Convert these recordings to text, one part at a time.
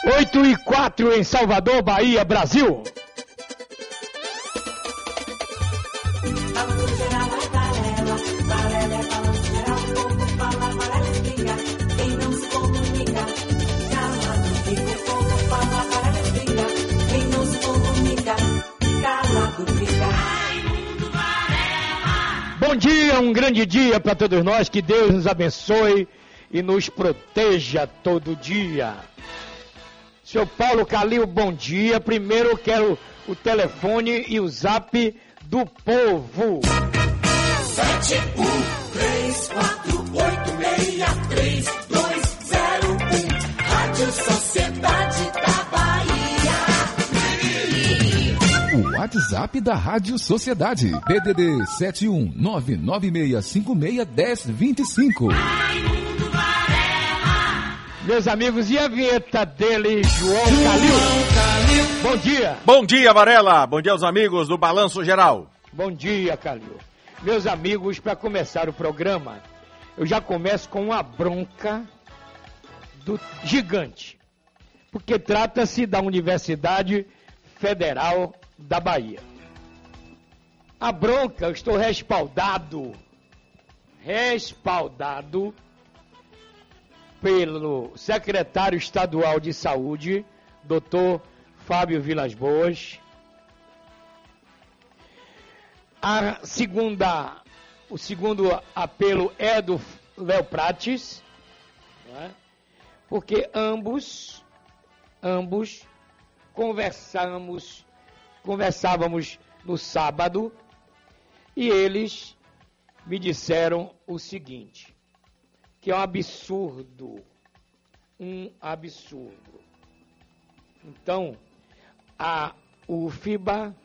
8h04 em Salvador, Bahia, Brasil. Bom dia, um grande dia para todos nós, que Deus nos abençoe e nos proteja todo dia. Seu Paulo Calil, bom dia. Primeiro eu quero o telefone e o zap do povo. 71348632201 Rádio Sociedade da Bahia. O WhatsApp da Rádio Sociedade, DDD 71996561025. Meus amigos, e a vinheta dele, João Calil? Bom dia. Bom dia, Varela. Bom dia aos amigos do Balanço Geral. Bom dia, Calil. Meus amigos, para começar o programa, eu já começo com uma bronca do gigante, porque trata-se da Universidade Federal da Bahia. A bronca, eu estou respaldado pelo secretário estadual de saúde, Dr. Fábio Vilas Boas. O segundo apelo é do Léo Prates, não é? Porque ambos conversávamos no sábado e eles me disseram o seguinte, que é um absurdo. Então, a UFBA,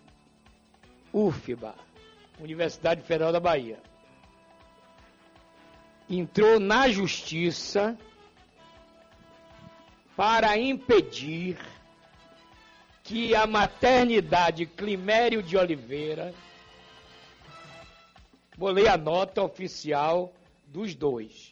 Universidade Federal da Bahia, entrou na justiça para impedir que a maternidade Climério de Oliveira, vou ler a nota oficial dos dois.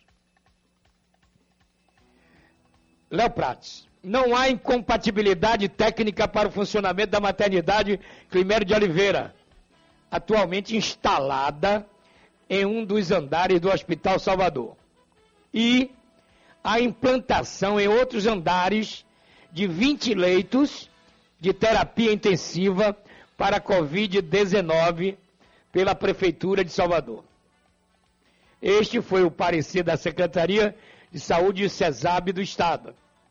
Léo Prates, não há incompatibilidade técnica para o funcionamento da maternidade Climério de Oliveira, atualmente instalada em um dos andares do Hospital Salvador, e a implantação em outros andares de 20 leitos de terapia intensiva para a Covid-19 pela Prefeitura de Salvador. Este foi o parecer da Secretaria de Saúde e CESAB do Estado.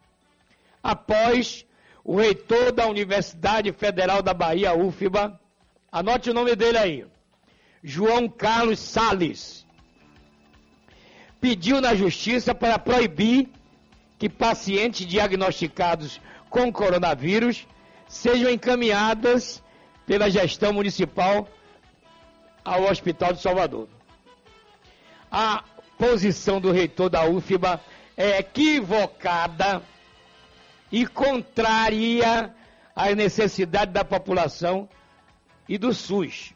Após o reitor da Universidade Federal da Bahia, UFBA, anote o nome dele aí, João Carlos Salles, pediu na Justiça para proibir que pacientes diagnosticados com coronavírus sejam encaminhadas pela gestão municipal ao Hospital de Salvador. A posição do reitor da UFBA é equivocada e contraria às necessidades da população e do SUS.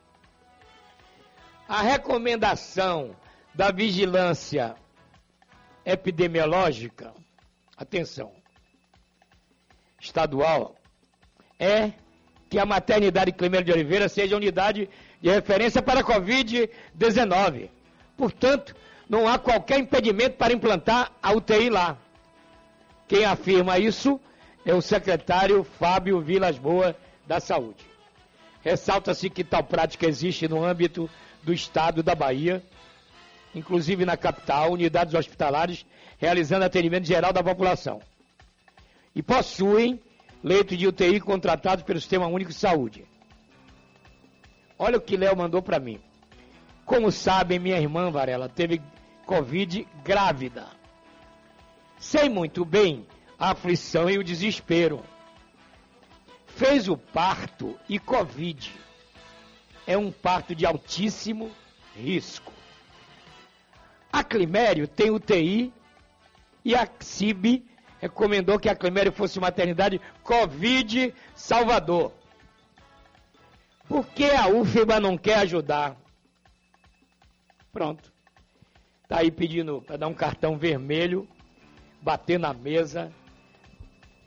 A recomendação da vigilância epidemiológica, atenção, estadual, é que a maternidade Climério de Oliveira seja unidade de referência para a Covid-19. Portanto, não há qualquer impedimento para implantar a UTI lá. Quem afirma isso é o secretário Fábio Vilas Boas da Saúde. Ressalta-se que tal prática existe no âmbito do Estado da Bahia, inclusive na capital, unidades hospitalares realizando atendimento geral da população. E possuem leitos de UTI contratados pelo Sistema Único de Saúde. Olha o que Léo mandou para mim. Como sabem, minha irmã Varela teve Covid grávida. Sei muito bem a aflição e o desespero. Fez o parto e Covid. É um parto de altíssimo risco. A Climério tem UTI e a CIB recomendou que a Climério fosse maternidade Covid Salvador. Por que a UFBA não quer ajudar? Pronto. Está aí pedindo para dar um cartão vermelho, bater na mesa,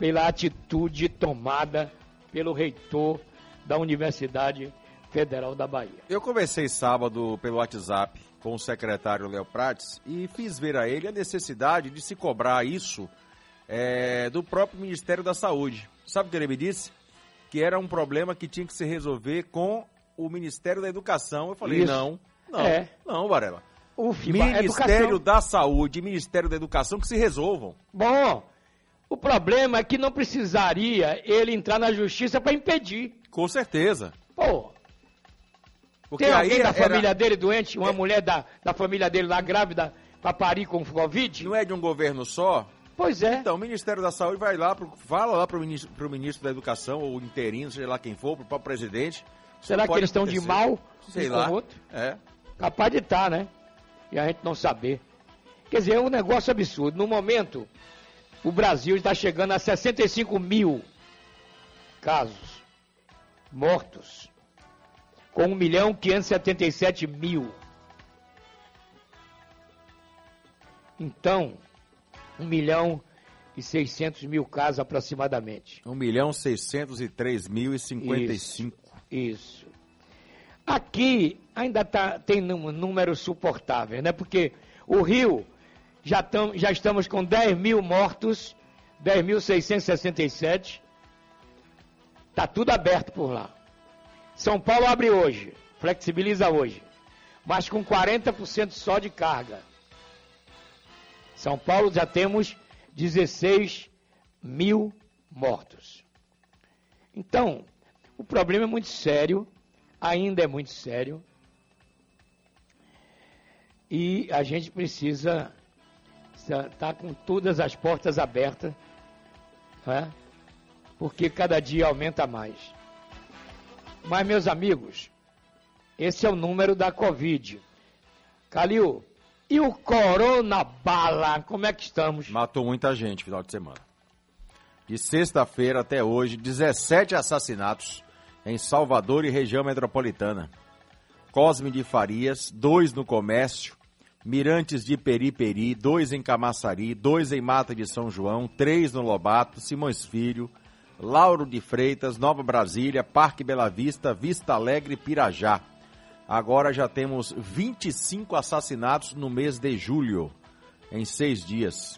pela atitude tomada pelo reitor da Universidade Federal da Bahia. Eu conversei sábado pelo WhatsApp com o secretário Léo Prates e fiz ver a ele a necessidade de se cobrar isso do próprio Ministério da Saúde. Sabe o que ele me disse? Que era um problema que tinha que se resolver com o Ministério da Educação. Eu falei, Isso. não, Varela. O FIBA, Ministério da Saúde e Ministério da Educação que se resolvam. Bom, o problema é que não precisaria ele entrar na justiça para impedir. Com certeza. Pô, Porque tem aí alguém da família dele doente, uma mulher da família dele lá grávida para parir com Covid? não é de um governo só? Pois é. Então, o Ministério da Saúde vai lá, fala lá para o ministro da Educação, ou interino, seja lá quem for, para o presidente. Será que eles estão de mal? Sei um lá. com o outro? É. Capaz de estar, né? E a gente não saber. Quer dizer, é um negócio absurdo. No momento, o Brasil está chegando a 65 mil casos mortos, com 1.577.000. Então, 1.600.000 casos aproximadamente. 1.603.055. Isso. Aqui ainda tem números suportáveis, né? Porque o Rio, já estamos com 10 mil mortos, 10.667. Está tudo aberto por lá. São Paulo abre hoje, flexibiliza hoje, mas com 40% só de carga. São Paulo já temos 16 mil mortos. Então, o problema é muito sério, ainda é muito sério, e a gente precisa estar com todas as portas abertas, né? Porque cada dia aumenta mais. Mas, meus amigos, esse é o número da Covid. Calil, e o Corona Bala, como é que estamos? Matou muita gente final de semana. De sexta-feira até hoje, 17 assassinatos em Salvador e região metropolitana. Cosme de Farias, 2 no Comércio, Mirantes de Periperi, 2 em Camaçari, 2 em Mata de São João, 3 no Lobato, Simões Filho, Lauro de Freitas, Nova Brasília, Parque Bela Vista, Vista Alegre e Pirajá. Agora já temos 25 assassinatos no mês de julho, em 6 dias.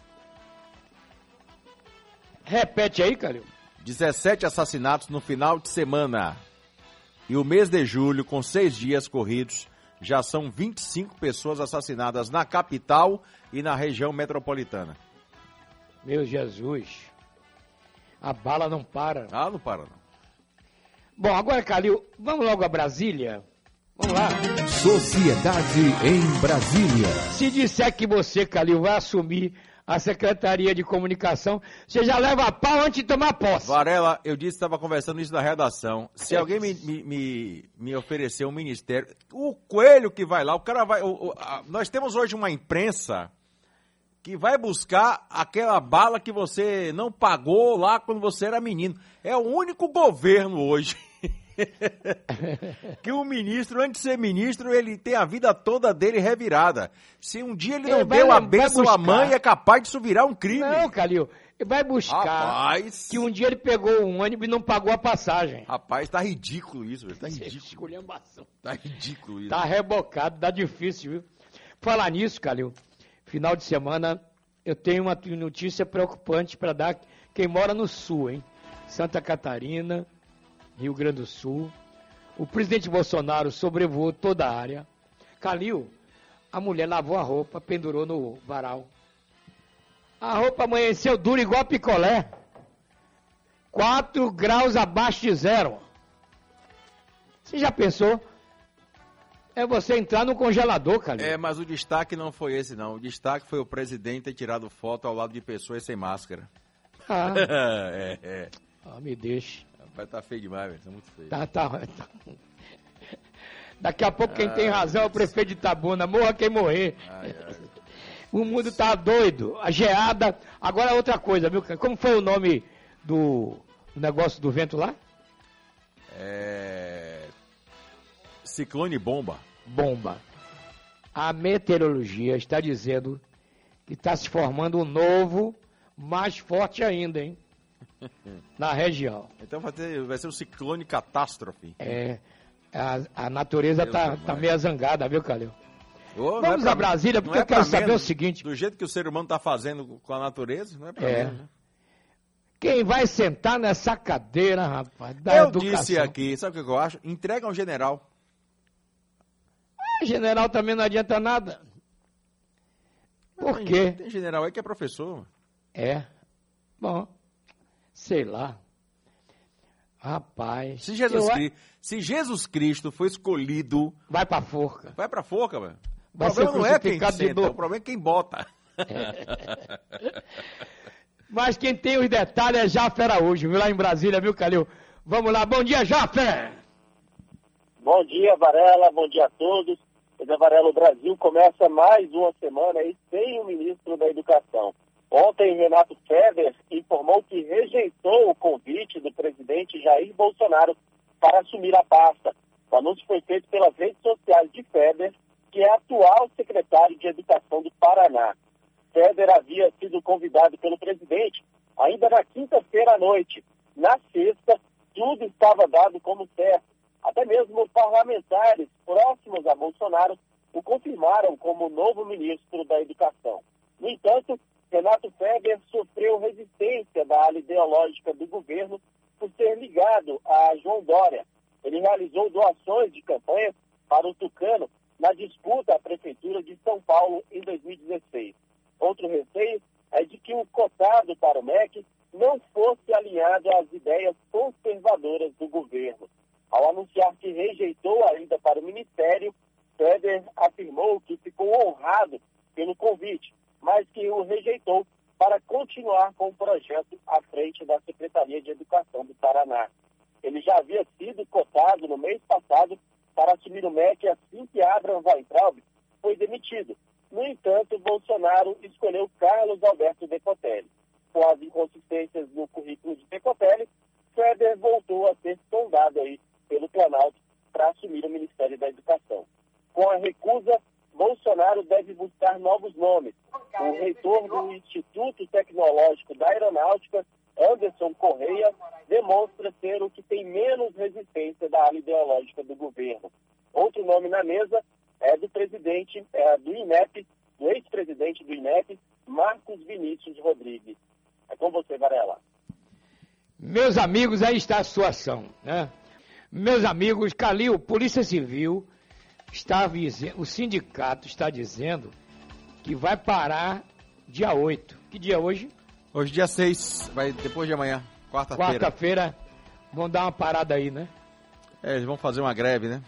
Repete aí, Calil. 17 assassinatos no final de semana. E o mês de julho, com 6 dias corridos, já são 25 pessoas assassinadas na capital e na região metropolitana. Meu Jesus. A bala não para. Ah, não para não. Bom, agora, Calil, vamos logo a Brasília? Vamos lá. Sociedade em Brasília. Se disser que você, Calil, vai assumir a Secretaria de Comunicação, você já leva a pau antes de tomar posse. Varela, eu disse que estava conversando isso na redação. Se alguém me oferecer um ministério, o Coelho que vai lá, o cara vai... nós temos hoje uma imprensa que vai buscar aquela bala que você não pagou lá quando você era menino. É o único governo hoje que o ministro, antes de ser ministro, ele tem a vida toda dele revirada. Se um dia ele não deu a bênção à mãe, é capaz disso virar um crime. Não, Calil, ele vai buscar Rapaz, que um dia ele pegou um ônibus e não pagou a passagem. rapaz, tá ridículo isso, velho. Tá ridículo. Esculhambação. Tá ridículo isso. Tá rebocado, tá difícil, viu? Falar nisso, Calil, final de semana eu tenho uma notícia preocupante para dar quem mora no sul, hein? Santa Catarina, Rio Grande do Sul. O presidente Bolsonaro sobrevoou toda a área. Calil, a mulher lavou a roupa, pendurou no varal. A roupa amanheceu dura igual picolé. 4 graus abaixo de zero. Você já pensou? É você entrar no congelador, Calil. É, mas o destaque não foi esse, não. O destaque foi o presidente ter tirado foto ao lado de pessoas sem máscara. Ah, é. me deixe. Rapaz, tá feio demais, velho. Tá muito feio. Tá. Daqui a pouco quem tem razão é o prefeito de Itabuna. Morra quem morrer. Ai. O mundo tá doido. A geada. Agora outra coisa, viu? Como foi o nome do negócio do vento lá? Ciclone bomba. Bomba. A meteorologia está dizendo que está se formando um novo, mais forte ainda, hein? na região. Então vai ser um ciclone catástrofe. A natureza Deus tá meio zangada, viu, Calil? Ô, Vamos a Brasília, porque eu quero saber o seguinte. Do jeito que o ser humano está fazendo com a natureza, não é pra menos, né? Quem vai sentar nessa cadeira, rapaz, da Eu educação? disse aqui, sabe o que eu acho? Entrega ao general. General também não adianta nada. Por quê? Tem general aí que é professor. Bom, sei lá. Rapaz. Se Jesus Cristo foi escolhido... Vai pra forca. Vai pra forca, velho. O Vai problema ser não é quem crucificado de senta, novo. o problema é quem bota. Mas quem tem os detalhes é Jaffer Araújo, viu, lá em Brasília, viu, Calil? Vamos lá, bom dia, Jaffer! Bom dia, Varela, bom dia a todos. Varela, o Brasil começa mais uma semana aí sem o ministro da Educação. Ontem, Renato Feber informou que rejeitou o convite do presidente Jair Bolsonaro para assumir a pasta. O anúncio foi feito pelas redes sociais de Feber, que é atual secretário de Educação do Paraná. Feber havia sido convidado pelo presidente ainda na quinta-feira à noite. Na sexta, tudo estava dado como certo. Até mesmo parlamentares próximos a Bolsonaro o confirmaram como novo ministro da Educação. No entanto, Renato Feber sofreu resistência da ala ideológica do governo por ser ligado a João Dória. Ele realizou doações de campanha para o Tucano na disputa à Prefeitura de São Paulo em 2016. Outro receio é de que o cotado para o MEC não fosse alinhado às ideias conservadoras do governo. Ao anunciar que rejeitou a ida para o Ministério, Feber afirmou que ficou honrado pelo convite, mas que o rejeitou para continuar com o projeto à frente da Secretaria de Educação do Paraná. Ele já havia sido cotado no mês passado para assumir o MEC assim que Abraham Weintraub foi demitido. No entanto, Bolsonaro escolheu Carlos Alberto Decotelli. Com as inconsistências no currículo de Decotelli, Feber voltou a ser sondado aí pelo Planalto para assumir o Ministério da Educação. Com a recusa, Bolsonaro deve buscar novos nomes. O reitor do Instituto Tecnológico da Aeronáutica, Anderson Correia, demonstra ser o que tem menos resistência da ala ideológica do governo. Outro nome na mesa é do presidente do INEP, do ex-presidente do INEP, Marcos Vinícius Rodrigues. É com você, Varela. Meus amigos, aí está a situação, né? Meus amigos, Calil, Polícia Civil, o sindicato está dizendo que vai parar dia 8. Que dia é hoje? Hoje dia 6, vai depois de amanhã, quarta-feira. Quarta-feira, vão dar uma parada aí, né? Eles vão fazer uma greve, né?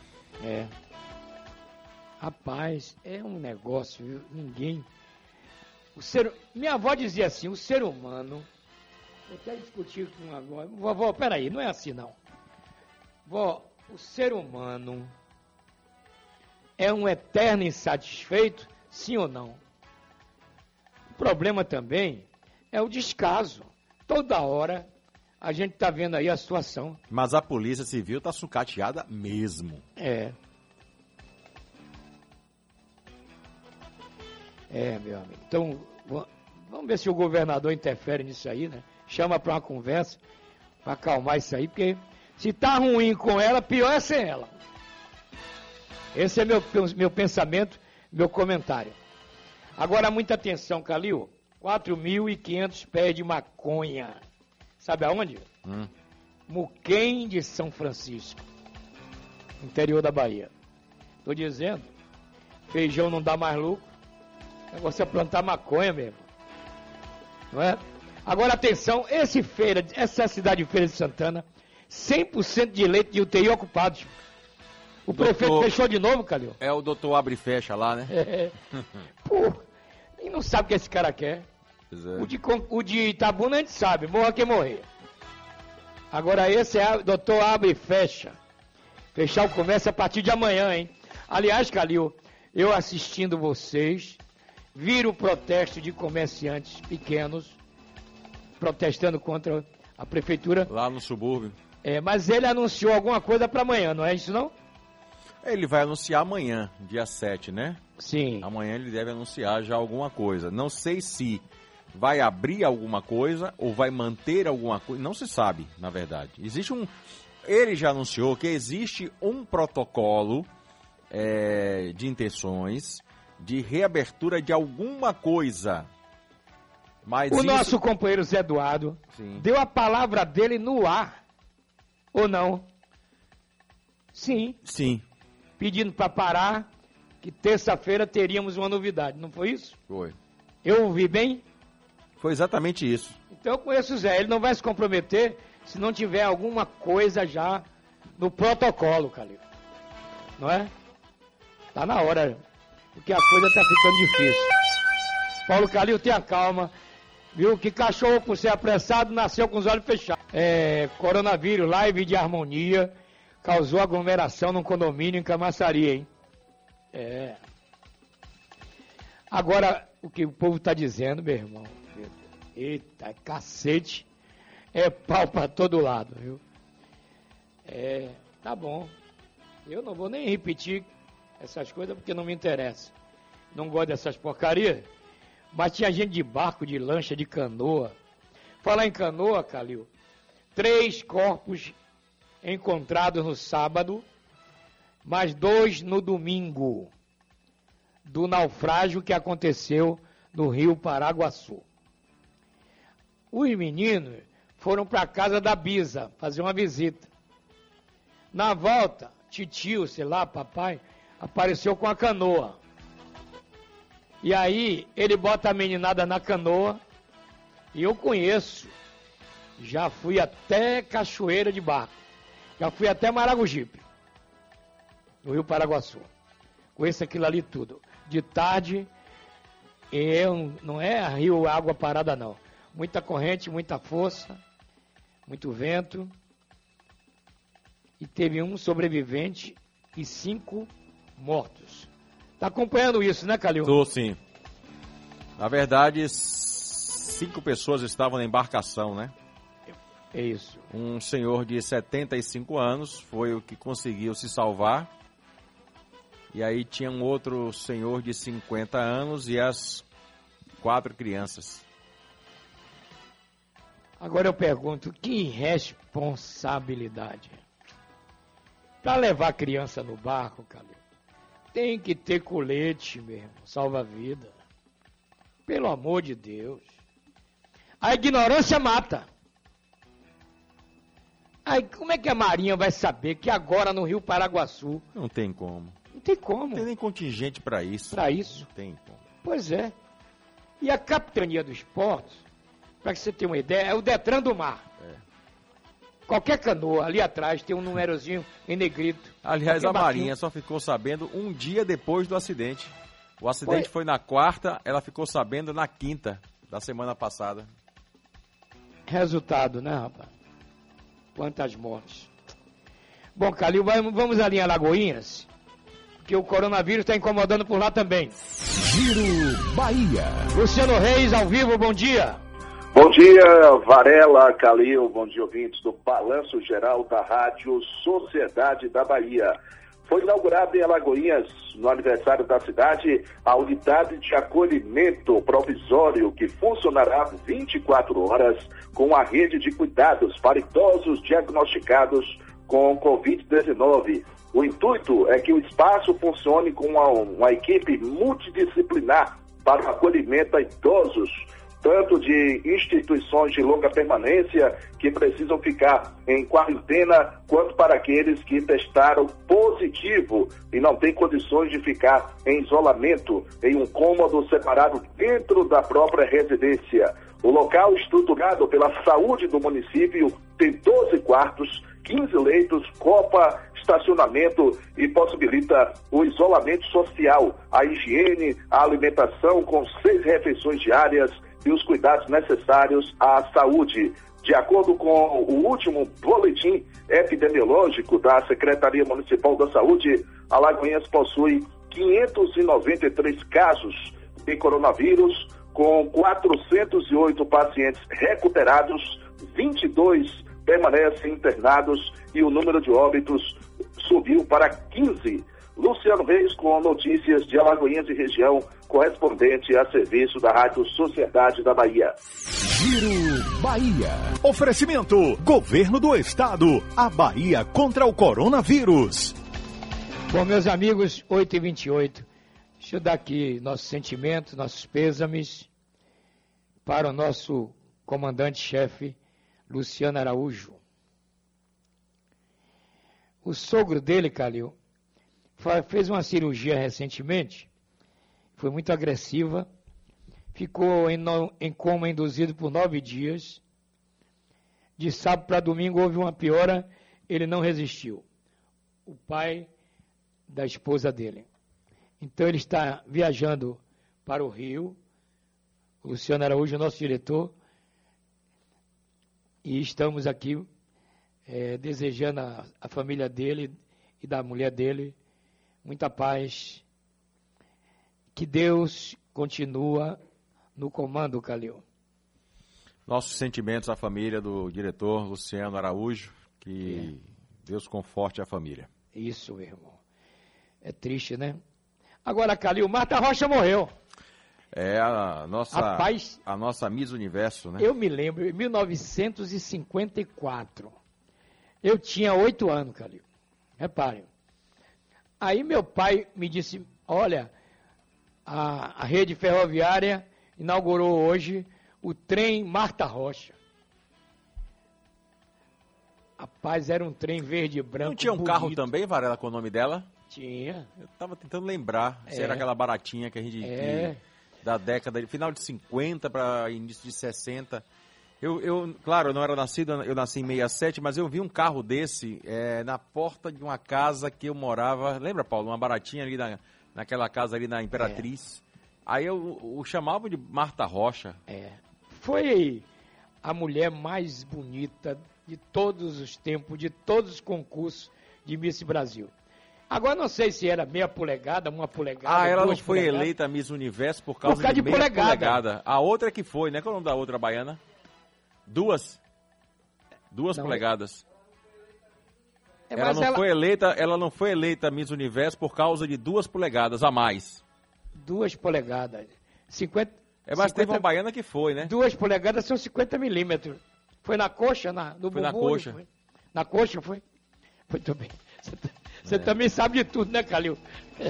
Rapaz, é um negócio, viu? Ninguém... Minha avó dizia assim, o ser humano... Eu até discuti com a avó. Vovó, peraí, não é assim não. Vó, o ser humano é um eterno insatisfeito, sim ou não? O problema também é o descaso. Toda hora a gente está vendo aí a situação. Mas a Polícia Civil está sucateada mesmo. Meu amigo. Então, vamos ver se o governador interfere nisso aí, né? Chama para uma conversa, para acalmar isso aí, porque se tá ruim com ela, pior é sem ela. Esse é meu pensamento, meu comentário. Agora, muita atenção, Calil. 4.500 pés de maconha. Sabe aonde? Muquem de São Francisco, interior da Bahia. Tô dizendo, feijão não dá mais lucro. O negócio é plantar maconha mesmo. Não é? Agora, atenção, essa cidade de Feira de Santana, 100% de leito de UTI ocupados. O prefeito fechou de novo, Calil? É o doutor abre e fecha lá, né? Pô, e não sabe o que esse cara quer. O de Itabuna a gente sabe, morra quem morrer. Agora esse é o doutor abre e fecha. Fechar o comércio a partir de amanhã, hein? Aliás, Calil, eu assistindo vocês, vi o protesto de comerciantes pequenos, protestando contra a prefeitura. Lá no subúrbio. Mas ele anunciou alguma coisa para amanhã, não é isso não? Ele vai anunciar amanhã, dia 7, né? Sim. Amanhã ele deve anunciar já alguma coisa. Não sei se vai abrir alguma coisa ou vai manter alguma coisa, não se sabe, na verdade. Ele já anunciou que existe um protocolo de intenções de reabertura de alguma coisa. Mas nosso companheiro Zé Eduardo deu a palavra dele no ar, ou não? Sim. Sim. Pedindo para parar, que terça-feira teríamos uma novidade, não foi isso? Foi. Eu ouvi bem? Foi exatamente isso. Então eu conheço o Zé, ele não vai se comprometer se não tiver alguma coisa já no protocolo, Calil. Não é? Tá na hora, porque a coisa tá ficando difícil. Paulo Calil, tenha calma, viu? Que cachorro, por ser apressado, nasceu com os olhos fechados. Coronavírus, live de harmonia, causou aglomeração num condomínio em Camaçari, hein? Agora, o que o povo tá dizendo, meu irmão, eita, cacete, é pau pra todo lado, viu? Tá bom. Eu não vou nem repetir essas coisas porque não me interessa. Não gosto dessas porcarias. Mas tinha gente de barco, de lancha, de canoa. Falar em canoa, Calil, 3 corpos encontrados no sábado, mais 2 no domingo, do naufrágio que aconteceu no Rio Paraguaçu. Os meninos foram para a casa da Bisa fazer uma visita. Na volta, titio, sei lá, papai, apareceu com a canoa. E aí, ele bota a meninada na canoa, e eu conheço, já fui até Cachoeira de Barco, já fui até Maragogipe, no Rio Paraguaçu. Conheço aquilo ali tudo. De tarde, não é rio água parada não. Muita corrente, muita força, muito vento. E teve um sobrevivente e 5 mortos. Tá acompanhando isso, né, Calil? Tô, sim. Na verdade, 5 pessoas estavam na embarcação, né? É isso. Um senhor de 75 anos foi o que conseguiu se salvar. E aí tinha um outro senhor de 50 anos e as 4 crianças. Agora eu pergunto, que responsabilidade? Para levar a criança no barco, Calil, tem que ter colete mesmo, salva-vida. Pelo amor de Deus. A ignorância mata. Aí como é que a Marinha vai saber que agora no Rio Paraguaçu... Não tem como. Não tem como. Não tem nem contingente para isso. Para isso? Não tem como. Pois é. E a Capitania dos Portos, para que você tenha uma ideia, é o Detran do Mar. Qualquer canoa ali atrás tem um númerozinho em negrito. Aliás, a Marinha só ficou sabendo um dia depois do acidente. O acidente foi na quarta, ela ficou sabendo na quinta da semana passada. Resultado, né, rapaz? Quantas mortes. Bom, Calil, vamos ali em Alagoinhas, porque o coronavírus está incomodando por lá também. Giro Bahia. Luciano Reis, ao vivo, bom dia. Bom dia, Varela, Calil, bom dia, ouvintes do Balanço Geral da Rádio Sociedade da Bahia. Foi inaugurada em Alagoinhas, no aniversário da cidade, a unidade de acolhimento provisório que funcionará 24 horas com a rede de cuidados para idosos diagnosticados com Covid-19. O intuito é que o espaço funcione com uma equipe multidisciplinar para o acolhimento a idosos, tanto de instituições de longa permanência que precisam ficar em quarentena, quanto para aqueles que testaram positivo e não têm condições de ficar em isolamento, em um cômodo separado dentro da própria residência. O local, estruturado pela saúde do município, tem 12 quartos, 15 leitos, copa, estacionamento e possibilita o isolamento social, a higiene, a alimentação com 6 refeições diárias, e os cuidados necessários à saúde. De acordo com o último boletim epidemiológico da Secretaria Municipal da Saúde, Alagoinhas possui 593 casos de coronavírus, com 408 pacientes recuperados, 22 permanecem internados e o número de óbitos subiu para 15. Luciano Reis com notícias de Alagoinhas e região, correspondente a serviço da Rádio Sociedade da Bahia. Giro Bahia. Oferecimento: Governo do Estado. A Bahia contra o coronavírus. Bom, meus amigos, 8h28. Deixa eu dar aqui nossos sentimentos, nossos pêsames para o nosso comandante-chefe, Luciano Araújo. O sogro dele, Calil, fez uma cirurgia recentemente, foi muito agressiva, ficou em coma induzido por 9 dias. De sábado para domingo houve uma piora, ele não resistiu. O pai da esposa dele. Então ele está viajando para o Rio, o Luciano Araújo, nosso diretor, e estamos aqui desejando a família dele e da mulher dele muita paz. Que Deus continua no comando, Calil. Nossos sentimentos à família do diretor Luciano Araújo, que Deus conforte a família. Isso, meu irmão. É triste, né? Agora, Calil, Marta Rocha morreu. É a nossa, Rapaz, a nossa Miss Universo, né? Eu me lembro, em 1954, eu tinha 8 anos, Calil. Reparem. Aí meu pai me disse, olha, a rede ferroviária inaugurou hoje o trem Marta Rocha. Rapaz, era um trem verde e branco. Não tinha um bonito. carro também, Varela, com o nome dela? Tinha. Eu tava tentando lembrar se era aquela baratinha que a gente... da década, final de 50 para início de 60. Claro, eu não era nascido, eu nasci em 67, mas eu vi um carro desse na porta de uma casa que eu morava. Lembra, Paulo? Uma baratinha ali naquela casa ali na Imperatriz. Aí eu chamava de Marta Rocha. Foi a mulher mais bonita de todos os tempos, de todos os concursos de Miss Brasil. Agora não sei se era meia polegada, 1 polegada. Ela não 2 foi polegadas. eleita Miss Universo por causa de meia polegada. A outra que foi, né? Qual é o nome da outra baiana? 2 polegadas. Ela não foi eleita Miss Universo por causa de 2 polegadas a mais. 2 polegadas. 50. Mas teve uma baiana que foi, né? 2 polegadas são 50 milímetros. Foi na coxa, no foi bumbum? Na coxa. Foi? Na coxa foi? Muito bem. Você também sabe de tudo, né, Calil?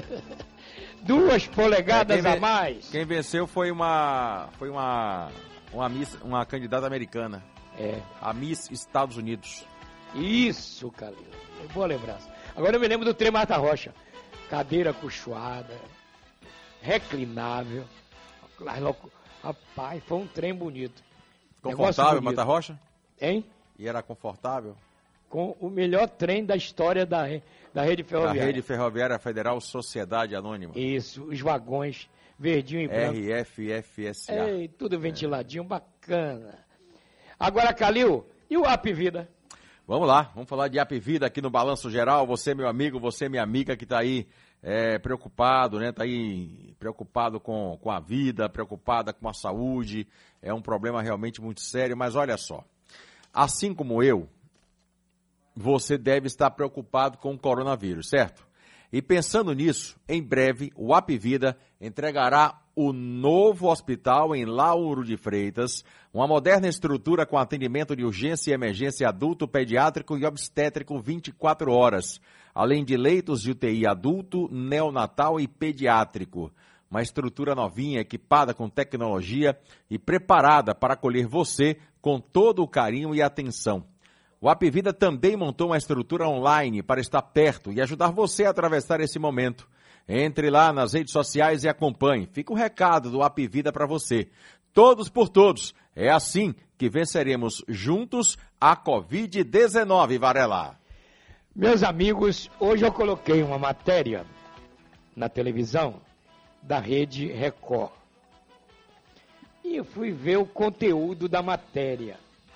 2 polegadas a mais. Quem venceu foi uma candidata americana. A Miss Estados Unidos. Isso, Calil. Boa lembrança. Agora eu me lembro do trem Marta Rocha. Cadeira acolchoada, reclinável. Rapaz, foi um trem bonito. Confortável, Marta Rocha? Hein? E era confortável? Com o melhor trem da história da rede ferroviária. Da Rede Ferroviária Federal Sociedade Anônima. Isso, os vagões verdinho e branco. RFFSA. Tudo ventiladinho, bacana. Agora, Calil, e o App Vida? Vamos lá, vamos falar de App Vida aqui no Balanço Geral. Você, meu amigo, você, minha amiga, que está aí preocupado, né? Está aí preocupado com a vida, preocupada com a saúde. É um problema realmente muito sério, mas olha só. Assim como eu, você deve estar preocupado com o coronavírus, certo? E pensando nisso, em breve, o App Vida entregará o novo hospital em Lauro de Freitas, uma moderna estrutura com atendimento de urgência e emergência adulto, pediátrico e obstétrico 24 horas, além de leitos de UTI adulto, neonatal e pediátrico. Uma estrutura novinha, equipada com tecnologia e preparada para acolher você com todo o carinho e atenção. O App Vida também montou uma estrutura online para estar perto e ajudar você a atravessar esse momento. Entre lá nas redes sociais e acompanhe. Fica um recado do App Vida para você. Todos por todos. É assim que venceremos juntos a Covid-19, Varela. Meus amigos, hoje eu coloquei uma matéria na televisão da Rede Record. E eu fui ver o conteúdo da matéria.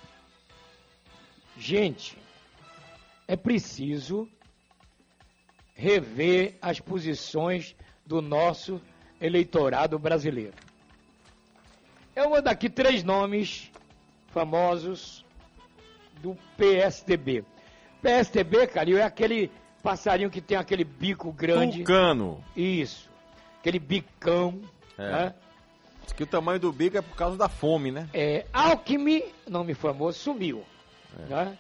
Gente, é preciso rever as posições do nosso eleitorado brasileiro. Eu vou dar aqui 3 nomes famosos do PSDB. PSDB, Calil, é aquele passarinho que tem aquele bico grande. Tucano. Isso. Aquele bicão. Né? Diz que o tamanho do bico é por causa da fome, né? Alckmin, nome famoso, sumiu. Né?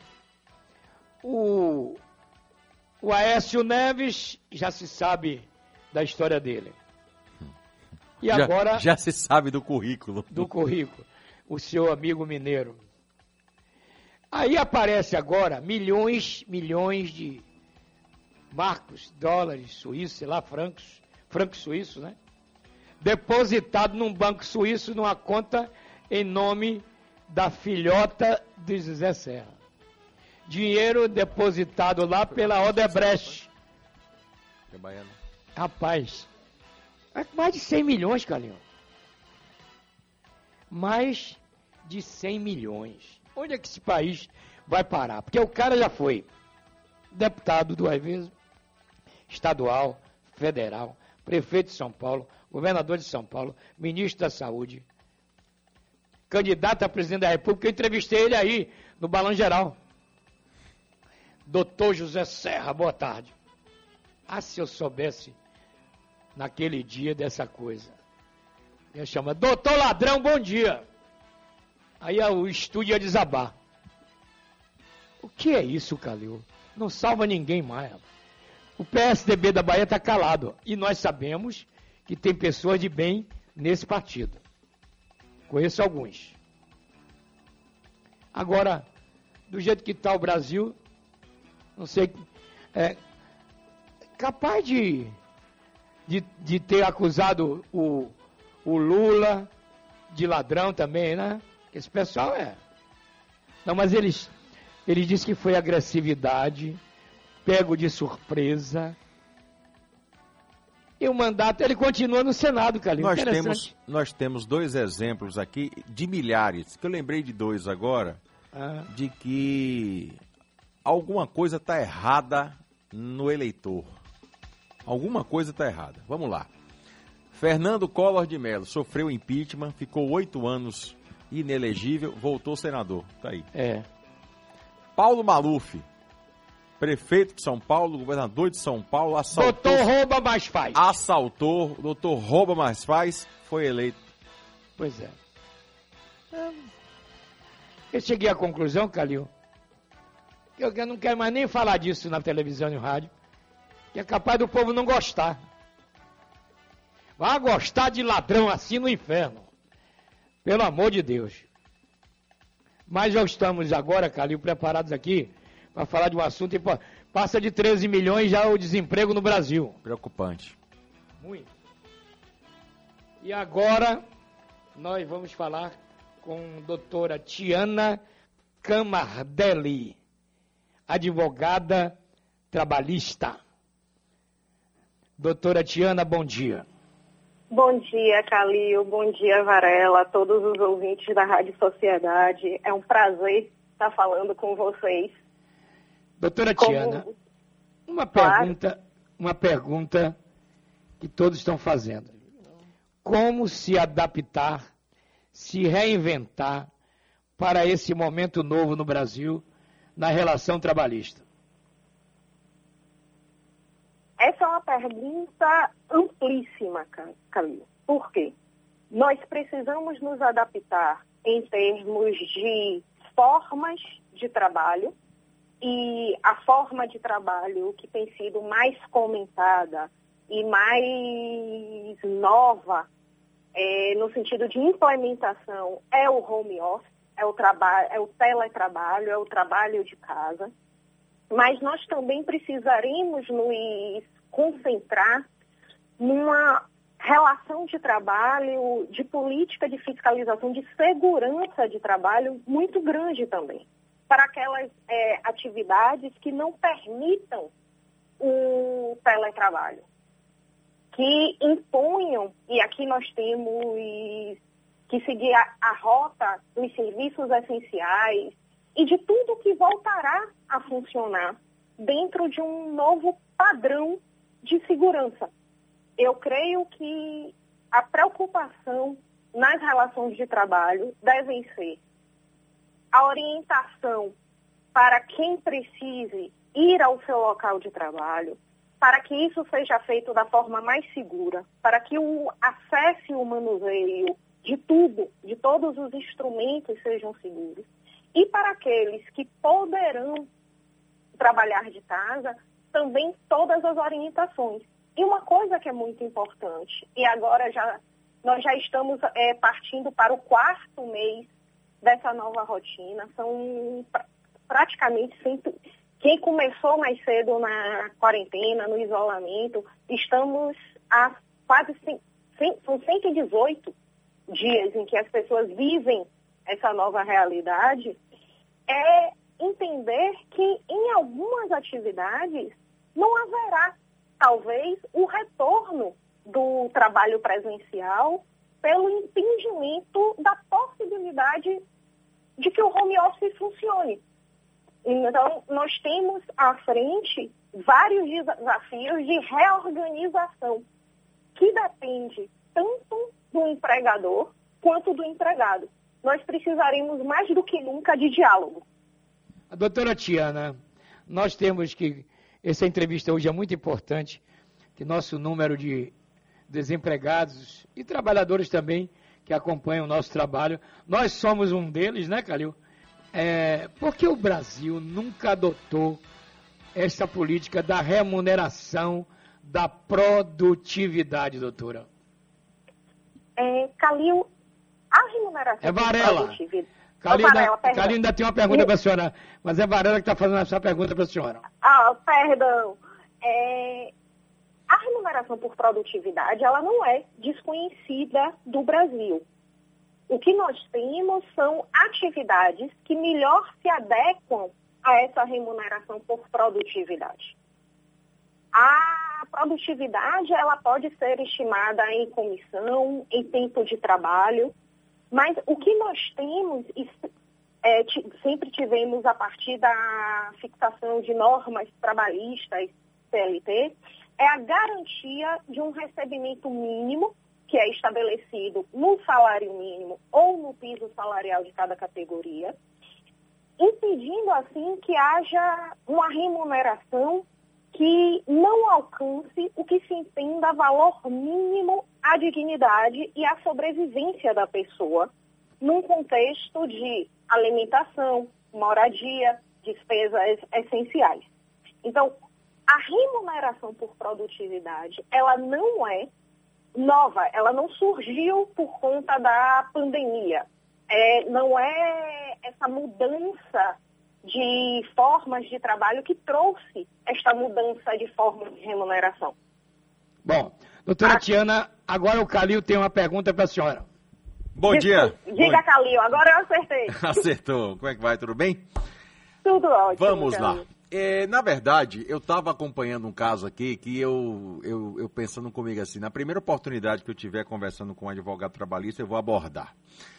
O Aécio Neves, já se sabe da história dele. E agora... Já se sabe do currículo. Do currículo. O seu amigo mineiro. Aí aparece agora milhões de marcos, dólares suíços, sei lá, francos suíços, né? Depositado num banco suíço, numa conta em nome da filhota de José Serra. Dinheiro depositado lá pela Odebrecht. Rapaz, mais de 100 milhões, Carlinhos. Mais de 100 milhões. Onde é que esse país vai parar? Porque o cara já foi deputado duas vezes, estadual, federal, prefeito de São Paulo, governador de São Paulo, ministro da Saúde, candidato a presidente da República. Eu entrevistei ele aí, no Balão Geral. Doutor José Serra, boa tarde. Se eu soubesse naquele dia dessa coisa. Eu chamo, doutor Ladrão, bom dia. Aí o estúdio ia desabar. O que é isso, Calil? Não salva ninguém mais. O PSDB da Bahia está calado. E nós sabemos que tem pessoas de bem nesse partido. Conheço alguns. Agora, do jeito que está o Brasil, não sei... capaz de ter acusado o Lula de ladrão também, né? Esse pessoal Não, mas eles dizem que foi agressividade, pego de surpresa. E o mandato, ele continua no Senado, Carlinhos. Nós temos dois exemplos aqui de milhares, que eu lembrei de dois agora, de que alguma coisa está errada no eleitor. Alguma coisa está errada. Vamos lá. Fernando Collor de Mello sofreu impeachment, ficou 8 anos inelegível, voltou senador. Tá aí. Paulo Maluf, prefeito de São Paulo, governador de São Paulo, assaltou... Doutor rouba mais faz. Assaltou, doutor rouba mais faz, foi eleito. Pois é. Eu cheguei à conclusão, Calil, que eu não quero mais nem falar disso na televisão e no rádio, que é capaz do povo não gostar. Vai gostar de ladrão assim no inferno. Pelo amor de Deus. Mas já estamos agora, Calil, preparados aqui para falar de um assunto. Passa de 13 milhões já o desemprego no Brasil. Preocupante. Muito. E agora nós vamos falar com a doutora Tiana Camardelli, advogada trabalhista. Doutora Tiana, bom dia. Bom dia, Calil. Bom dia, Varela, a todos os ouvintes da Rádio Sociedade. É um prazer estar falando com vocês. Doutora Tiana, uma pergunta que todos estão fazendo. Como se adaptar, se reinventar para esse momento novo no Brasil na relação trabalhista? Essa é uma pergunta amplíssima, Calil. Por quê? Nós precisamos nos adaptar em termos de formas de trabalho, e a forma de trabalho que tem sido mais comentada e mais nova, no sentido de implementação, é o home office, é o teletrabalho, é o trabalho de casa. Mas nós também precisaremos nos concentrar numa relação de trabalho, de política de fiscalização, de segurança de trabalho muito grande também, para aquelas atividades que não permitam o teletrabalho, que imponham, e aqui nós temos que seguir a rota dos serviços essenciais, e de tudo que voltará a funcionar dentro de um novo padrão de segurança. Eu creio que a preocupação nas relações de trabalho devem ser a orientação para quem precise ir ao seu local de trabalho, para que isso seja feito da forma mais segura, para que o acesso e o manuseio de tudo, de todos os instrumentos sejam seguros. E para aqueles que poderão trabalhar de casa, também todas as orientações. E uma coisa que é muito importante, e agora nós já estamos partindo para o 4º mês dessa nova rotina, são praticamente sempre... Quem começou mais cedo na quarentena, no isolamento, estamos a quase são 118 dias em que as pessoas vivem essa nova realidade, é entender que em algumas atividades não haverá, talvez, o retorno do trabalho presencial pelo impingimento da possibilidade de que o home office funcione. Então, nós temos à frente vários desafios de reorganização, que depende tanto do empregador quanto do empregado. Nós precisaremos mais do que nunca de diálogo. A doutora Tiana, nós temos que, essa entrevista hoje é muito importante, que nosso número de desempregados e trabalhadores também que acompanham o nosso trabalho, nós somos um deles, né, Calil? Por que o Brasil nunca adotou essa política da remuneração da produtividade, doutora? Calil, a remuneração da produtividade... Calil ainda tem uma pergunta para a senhora, mas é Varela que está fazendo essa pergunta para a senhora. Perdão. A remuneração por produtividade, ela não é desconhecida do Brasil. O que nós temos são atividades que melhor se adequam a essa remuneração por produtividade. A produtividade, ela pode ser estimada em comissão, em tempo de trabalho, mas o que nós temos, sempre tivemos a partir da fixação de normas trabalhistas CLT, é a garantia de um recebimento mínimo, que é estabelecido no salário mínimo ou no piso salarial de cada categoria, impedindo assim que haja uma remuneração que não alcance o que se entenda valor mínimo à dignidade e à sobrevivência da pessoa, num contexto de alimentação, moradia, despesas essenciais. Então, a remuneração por produtividade, ela não é nova, ela não surgiu por conta da pandemia. Não é essa mudança de formas de trabalho que trouxe esta mudança de forma de remuneração. Bom, doutora Tiana, agora o Calil tem uma pergunta para a senhora. Bom dia. Diga, Calil, agora eu acertei. Acertou. Como é que vai? Tudo bem? Tudo ótimo. Vamos lá. Na verdade, eu estava acompanhando um caso aqui que eu pensando comigo assim, na primeira oportunidade que eu tiver conversando com um advogado trabalhista, eu vou abordar.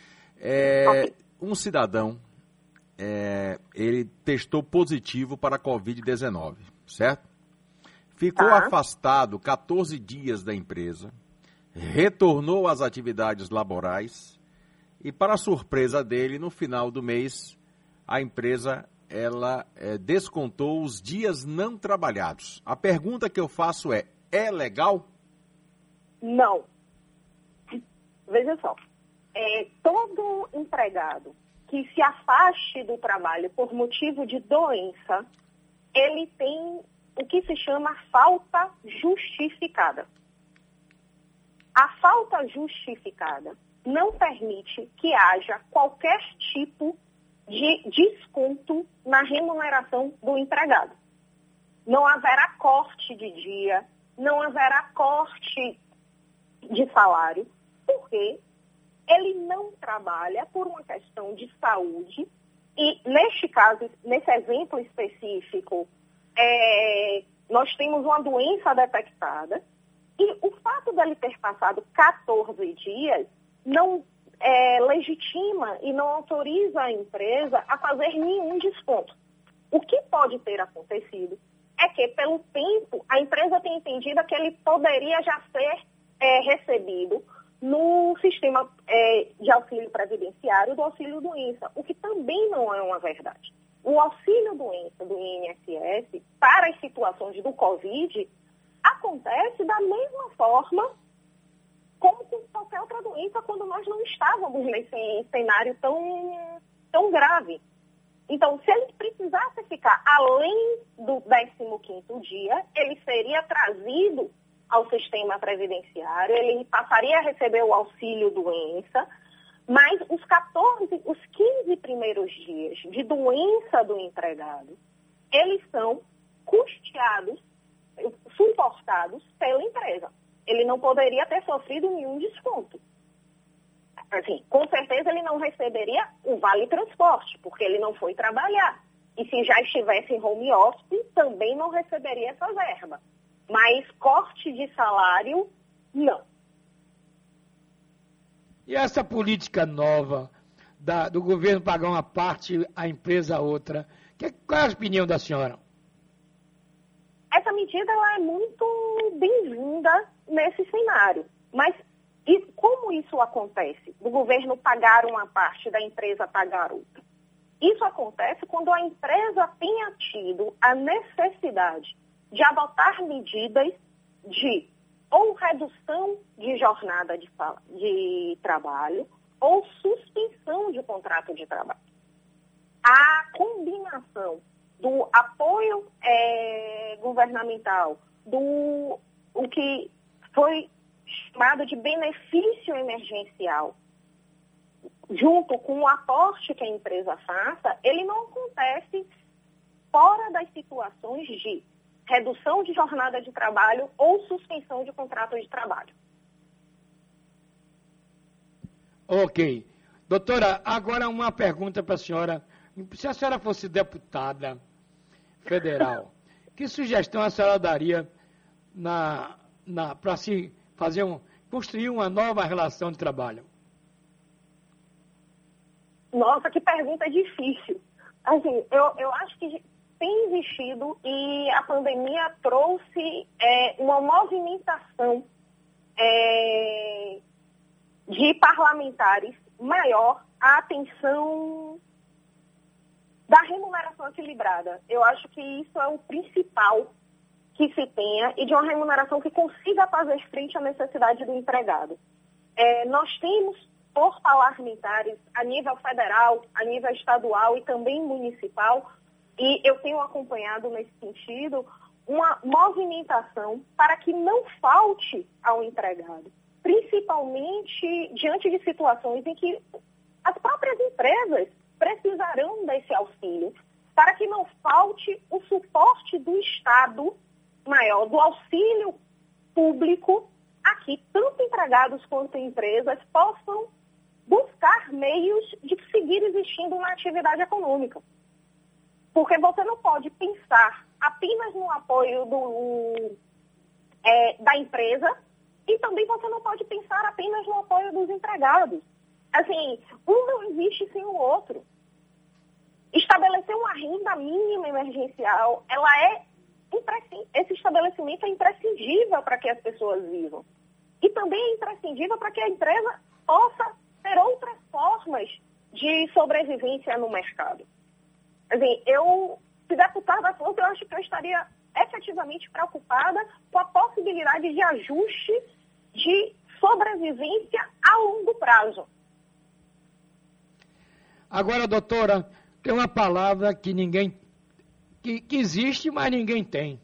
Um cidadão, ele testou positivo para a Covid-19, certo? Ficou afastado 14 dias da empresa, retornou às atividades laborais e, para a surpresa dele, no final do mês, a empresa ela descontou os dias não trabalhados. A pergunta que eu faço é legal? Não. Veja só, todo empregado que se afaste do trabalho por motivo de doença, ele tem o que se chama falta justificada. A falta justificada não permite que haja qualquer tipo de desconto na remuneração do empregado. Não haverá corte de dia, não haverá corte de salário, porque ele não trabalha por uma questão de saúde e, neste caso, nesse exemplo específico, nós temos uma doença detectada e o fato dele ter passado 14 dias não legitima e não autoriza a empresa a fazer nenhum desconto. O que pode ter acontecido é que, pelo tempo, a empresa tem entendido que ele poderia já ser recebido no sistema de auxílio previdenciário do auxílio-doença, o que também não é uma verdade. o auxílio-doença do INSS para as situações do Covid acontece da mesma forma como com qualquer outra doença quando nós não estávamos nesse cenário tão grave. Então, se ele precisasse ficar além do 15º dia, ele seria trazido ao sistema previdenciário, ele passaria a receber o auxílio-doença, mas os 15 primeiros dias de doença do empregado, eles são custeados, suportados pela empresa. Ele não poderia ter sofrido nenhum desconto. Assim, com certeza ele não receberia o vale-transporte, porque ele não foi trabalhar. E se já estivesse em home office, também não receberia essa verba. Mas corte de salário, não. E essa política nova do governo pagar uma parte, a empresa outra, qual é a opinião da senhora? Essa medida ela é muito bem-vinda nesse cenário. Mas como isso acontece? Do governo pagar uma parte, da empresa pagar outra? Isso acontece quando a empresa tenha tido a necessidade de adotar medidas de ou redução de jornada de trabalho ou suspensão de contrato de trabalho. A combinação do apoio governamental, o que foi chamado de benefício emergencial, junto com o aporte que a empresa faça, ele não acontece fora das situações de redução de jornada de trabalho ou suspensão de contrato de trabalho. Ok. Doutora, agora uma pergunta para a senhora. Se a senhora fosse deputada federal, que sugestão a senhora daria para se construir uma nova relação de trabalho? Nossa, que pergunta difícil. Assim, eu acho que tem existido e a pandemia trouxe uma movimentação de parlamentares maior à atenção da remuneração equilibrada. Eu acho que isso é o principal que se tenha e de uma remuneração que consiga fazer frente à necessidade do empregado. Nós temos, por parlamentares, a nível federal, a nível estadual e também municipal, e eu tenho acompanhado nesse sentido uma movimentação para que não falte ao empregado, principalmente diante de situações em que as próprias empresas precisarão desse auxílio, para que não falte o suporte do Estado maior, do auxílio público, a que tanto empregados quanto empresas possam buscar meios de seguir existindo na atividade econômica. Porque você não pode pensar apenas no apoio da empresa e também você não pode pensar apenas no apoio dos empregados. Assim, um não existe sem o outro. Estabelecer uma renda mínima emergencial, esse estabelecimento é imprescindível para que as pessoas vivam. E também é imprescindível para que a empresa possa ter outras formas de sobrevivência no mercado. Assim, se deputada fosse, eu acho que eu estaria efetivamente preocupada com a possibilidade de ajuste de sobrevivência a longo prazo. Agora, doutora, tem uma palavra que que existe, mas ninguém tem.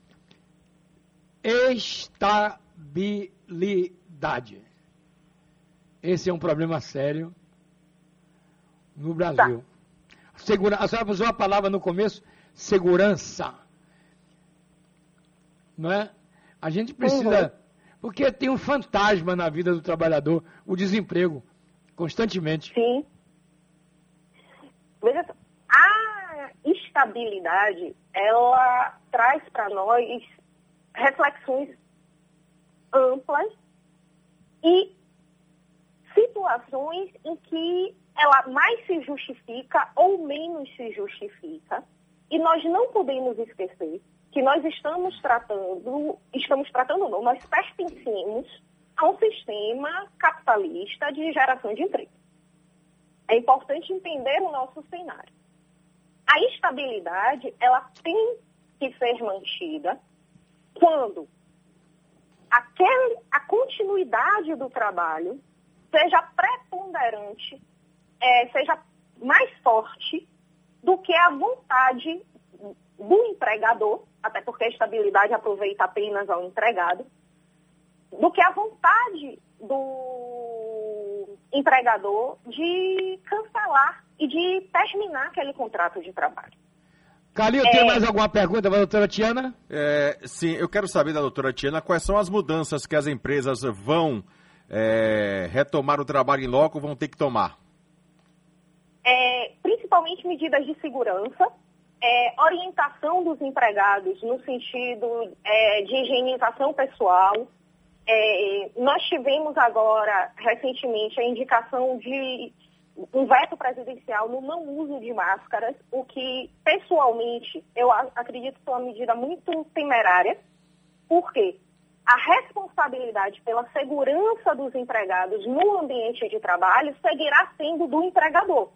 Estabilidade. Esse é um problema sério no Brasil. Tá. A senhora usou a palavra no começo, segurança. Não é? A gente precisa... Porque tem um fantasma na vida do trabalhador, o desemprego, constantemente. Sim. Veja, a estabilidade, ela traz para nós reflexões amplas e situações em que ela mais se justifica ou menos se justifica. E nós não podemos esquecer que nós nós pertencemos a um sistema capitalista de geração de emprego. É importante entender o nosso cenário. A estabilidade, ela tem que ser mantida quando a continuidade do trabalho seja preponderante, seja mais forte do que a vontade do empregador, até porque a estabilidade aproveita apenas ao empregado, do que a vontade do empregador de cancelar e de terminar aquele contrato de trabalho. Calil, tem mais alguma pergunta para a doutora Tiana? Sim, eu quero saber da doutora Tiana quais são as mudanças que as empresas vão retomar o trabalho em loco, vão ter que tomar. Principalmente medidas de segurança, orientação dos empregados no sentido de higienização pessoal. Nós tivemos agora, recentemente, a indicação de um veto presidencial no não uso de máscaras, o que, pessoalmente, eu acredito que é uma medida muito temerária, porque a responsabilidade pela segurança dos empregados no ambiente de trabalho seguirá sendo do empregador.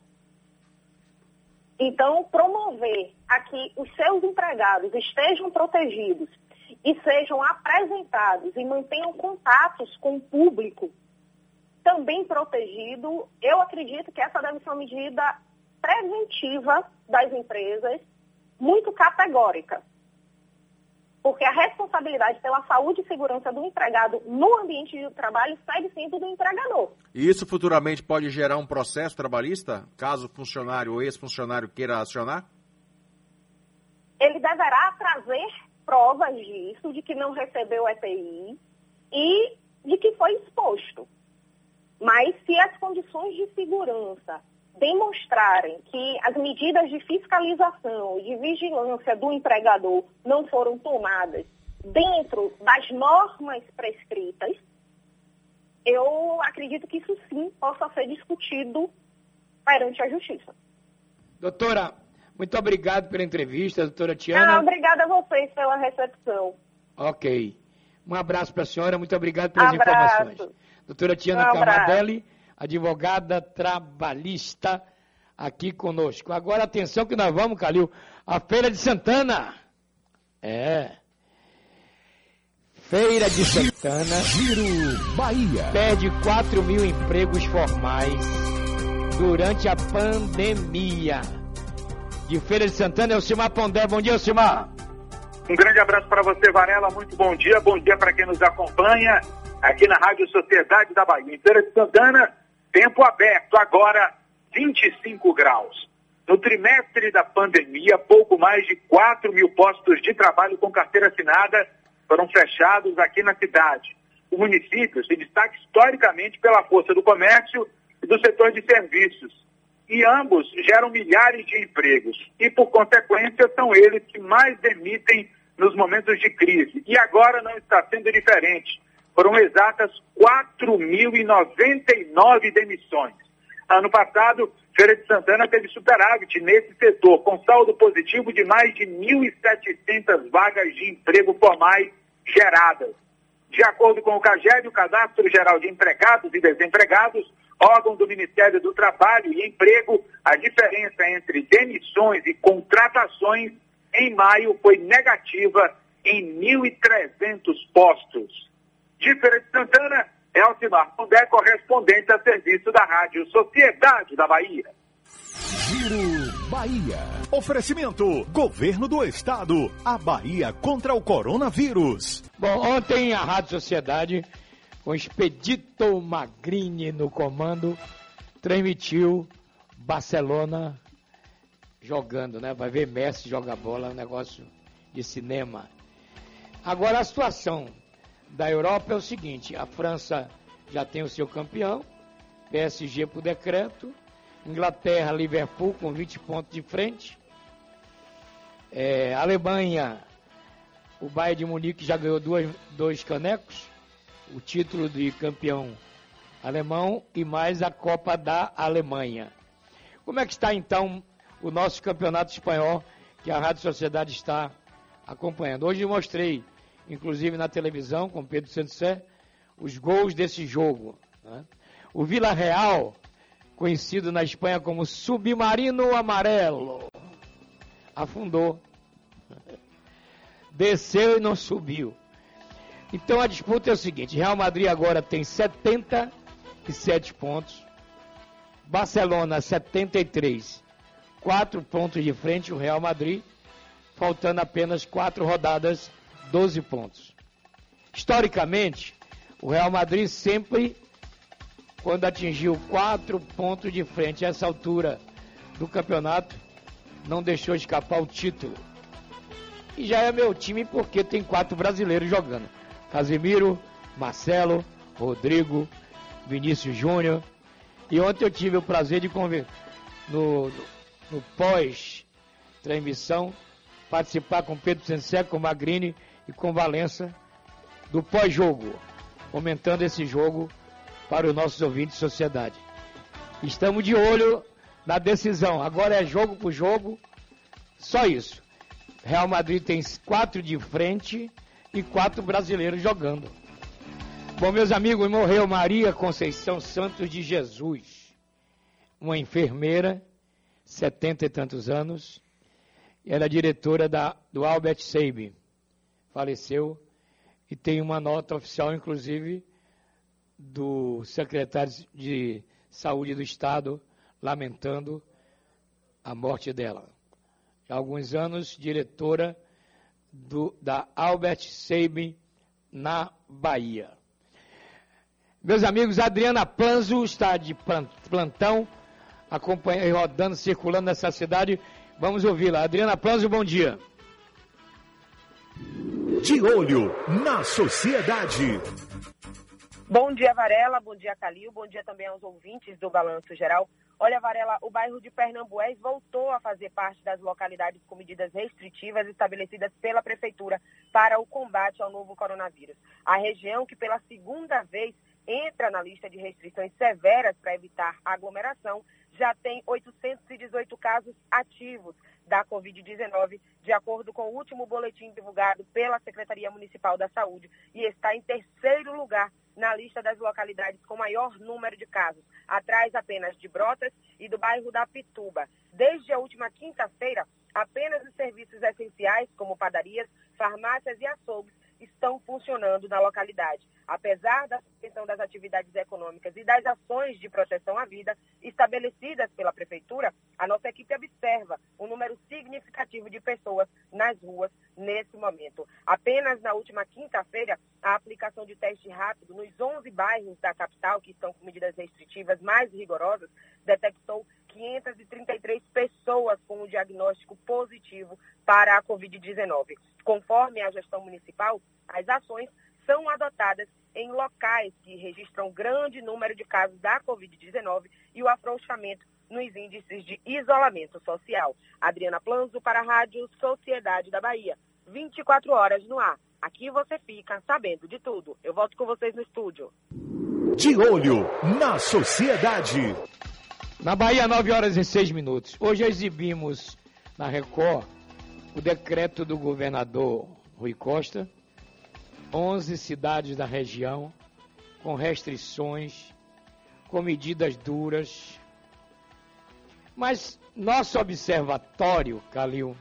Então, promover a que os seus empregados estejam protegidos e sejam apresentados e mantenham contatos com o público também protegido, eu acredito que essa deve ser uma medida preventiva das empresas, muito categórica. Porque a responsabilidade pela saúde e segurança do empregado no ambiente de trabalho segue sendo do empregador. E isso futuramente pode gerar um processo trabalhista, caso o funcionário ou ex-funcionário queira acionar? Ele deverá trazer provas disso, de que não recebeu EPI e de que foi exposto. Mas se as condições de segurança demonstrarem que as medidas de fiscalização e de vigilância do empregador não foram tomadas dentro das normas prescritas, eu acredito que isso sim possa ser discutido perante a Justiça. Doutora, muito obrigado pela entrevista, doutora Tiana. Obrigada a vocês pela recepção. Ok. Um abraço para a senhora, muito obrigado pelas informações. Doutora Tiana Camadelli, advogada trabalhista, aqui conosco. Agora, atenção que nós vamos, Calil, à Feira de Santana. Feira de Santana. Giro Bahia. Perde 4 mil empregos formais durante a pandemia. De Feira de Santana, Elcimar Pondé. Bom dia, Elcimar. Um grande abraço para você, Varela. Muito bom dia para quem nos acompanha aqui na Rádio Sociedade da Bahia. Em Feira de Santana, tempo aberto, agora 25 graus. No trimestre da pandemia, pouco mais de 4 mil postos de trabalho com carteira assinada foram fechados aqui na cidade. O município se destaca historicamente pela força do comércio e do setor de serviços. E ambos geram milhares de empregos. E, por consequência, são eles que mais demitem nos momentos de crise. E agora não está sendo diferente. Foram exatas 4.099 demissões. Ano passado, Feira de Santana teve superávit nesse setor, com saldo positivo de mais de 1.700 vagas de emprego formais geradas. De acordo com o CAGED, o Cadastro Geral de Empregados e Desempregados, órgão do Ministério do Trabalho e Emprego, a diferença entre demissões e contratações em maio foi negativa em 1.300 postos. De Feira de Santana, Elcimar Pondé, correspondente a serviço da Rádio Sociedade da Bahia. Giro Bahia. Oferecimento: Governo do Estado. A Bahia contra o coronavírus. Bom, ontem a Rádio Sociedade, com Expedito Magrini no comando, transmitiu Barcelona jogando, né? Vai ver Messi jogar bola, é um negócio de cinema. Agora a situação da Europa é o seguinte: a França já tem o seu campeão, PSG por decreto, Inglaterra, Liverpool com 20 pontos de frente, Alemanha, o Bayern de Munique já ganhou dois canecos, o título de campeão alemão e mais a Copa da Alemanha. Como é que está então o nosso campeonato espanhol, que a Rádio Sociedade está acompanhando? Hoje eu mostrei, inclusive na televisão, com Pedro Santos, os gols desse jogo, né? O Villarreal, conhecido na Espanha como Submarino Amarelo, afundou. Desceu e não subiu. Então a disputa é o seguinte, Real Madrid agora tem 77 pontos, Barcelona 73, 4 pontos de frente o Real Madrid, faltando apenas 4 rodadas, 12 pontos. Historicamente, o Real Madrid sempre, quando atingiu 4 pontos de frente a essa altura do campeonato, não deixou escapar o título. E já é meu time porque tem 4 brasileiros jogando. Casemiro, Marcelo, Rodrigo, Vinícius Júnior. E ontem eu tive o prazer de no pós-transmissão participar com Pedro Sensé, com Magrini e com Valença do pós-jogo, comentando esse jogo para os nossos ouvintes de sociedade. Estamos de olho na decisão. Agora é jogo por jogo, só isso. Real Madrid tem 4 de frente e 4 brasileiros jogando. Bom, meus amigos, morreu Maria Conceição Santos de Jesus, uma enfermeira, 70 e tantos anos, era diretora do Albert Sabin, faleceu, e tem uma nota oficial, inclusive, do secretário de Saúde do Estado, lamentando a morte dela. Há alguns anos, diretora da Albert Sabin, na Bahia. Meus amigos, a Adriana Planzo está de plantão, acompanhando, rodando, circulando nessa cidade. Vamos ouvi-la. Adriana Planzo, bom dia. De olho na sociedade. Bom dia, Varela. Bom dia, Calil. Bom dia também aos ouvintes do Balanço Geral. Olha, Varela, o bairro de Pernambués voltou a fazer parte das localidades com medidas restritivas estabelecidas pela Prefeitura para o combate ao novo coronavírus. A região, que pela segunda vez entra na lista de restrições severas para evitar aglomeração, já tem 818 casos ativos da Covid-19, de acordo com o último boletim divulgado pela Secretaria Municipal da Saúde, e está em terceiro lugar na lista das localidades com maior número de casos, atrás apenas de Brotas e do bairro da Pituba. Desde a última quinta-feira, apenas os serviços essenciais, como padarias, farmácias e açougues, estão funcionando na localidade. Apesar da suspensão das atividades econômicas e das ações de proteção à vida estabelecidas pela Prefeitura, a nossa equipe observa um número significativo de pessoas nas ruas nesse momento. Apenas na última quinta-feira, a aplicação de teste rápido nos 11 bairros da capital, que estão com medidas restritivas mais rigorosas, detectou 533 pessoas com o diagnóstico positivo para a Covid-19. Conforme a gestão municipal, as ações são adotadas em locais que registram grande número de casos da Covid-19 e o afrouxamento nos índices de isolamento social. Adriana Planzo para a Rádio Sociedade da Bahia. 24 horas no ar. Aqui você fica sabendo de tudo. Eu volto com vocês no estúdio. De olho na sociedade. Na Bahia, 9 horas e 6 minutos. Hoje exibimos na Record o decreto do governador Rui Costa, 11 cidades da região com restrições, com medidas duras. Mas nosso observatório, Calil,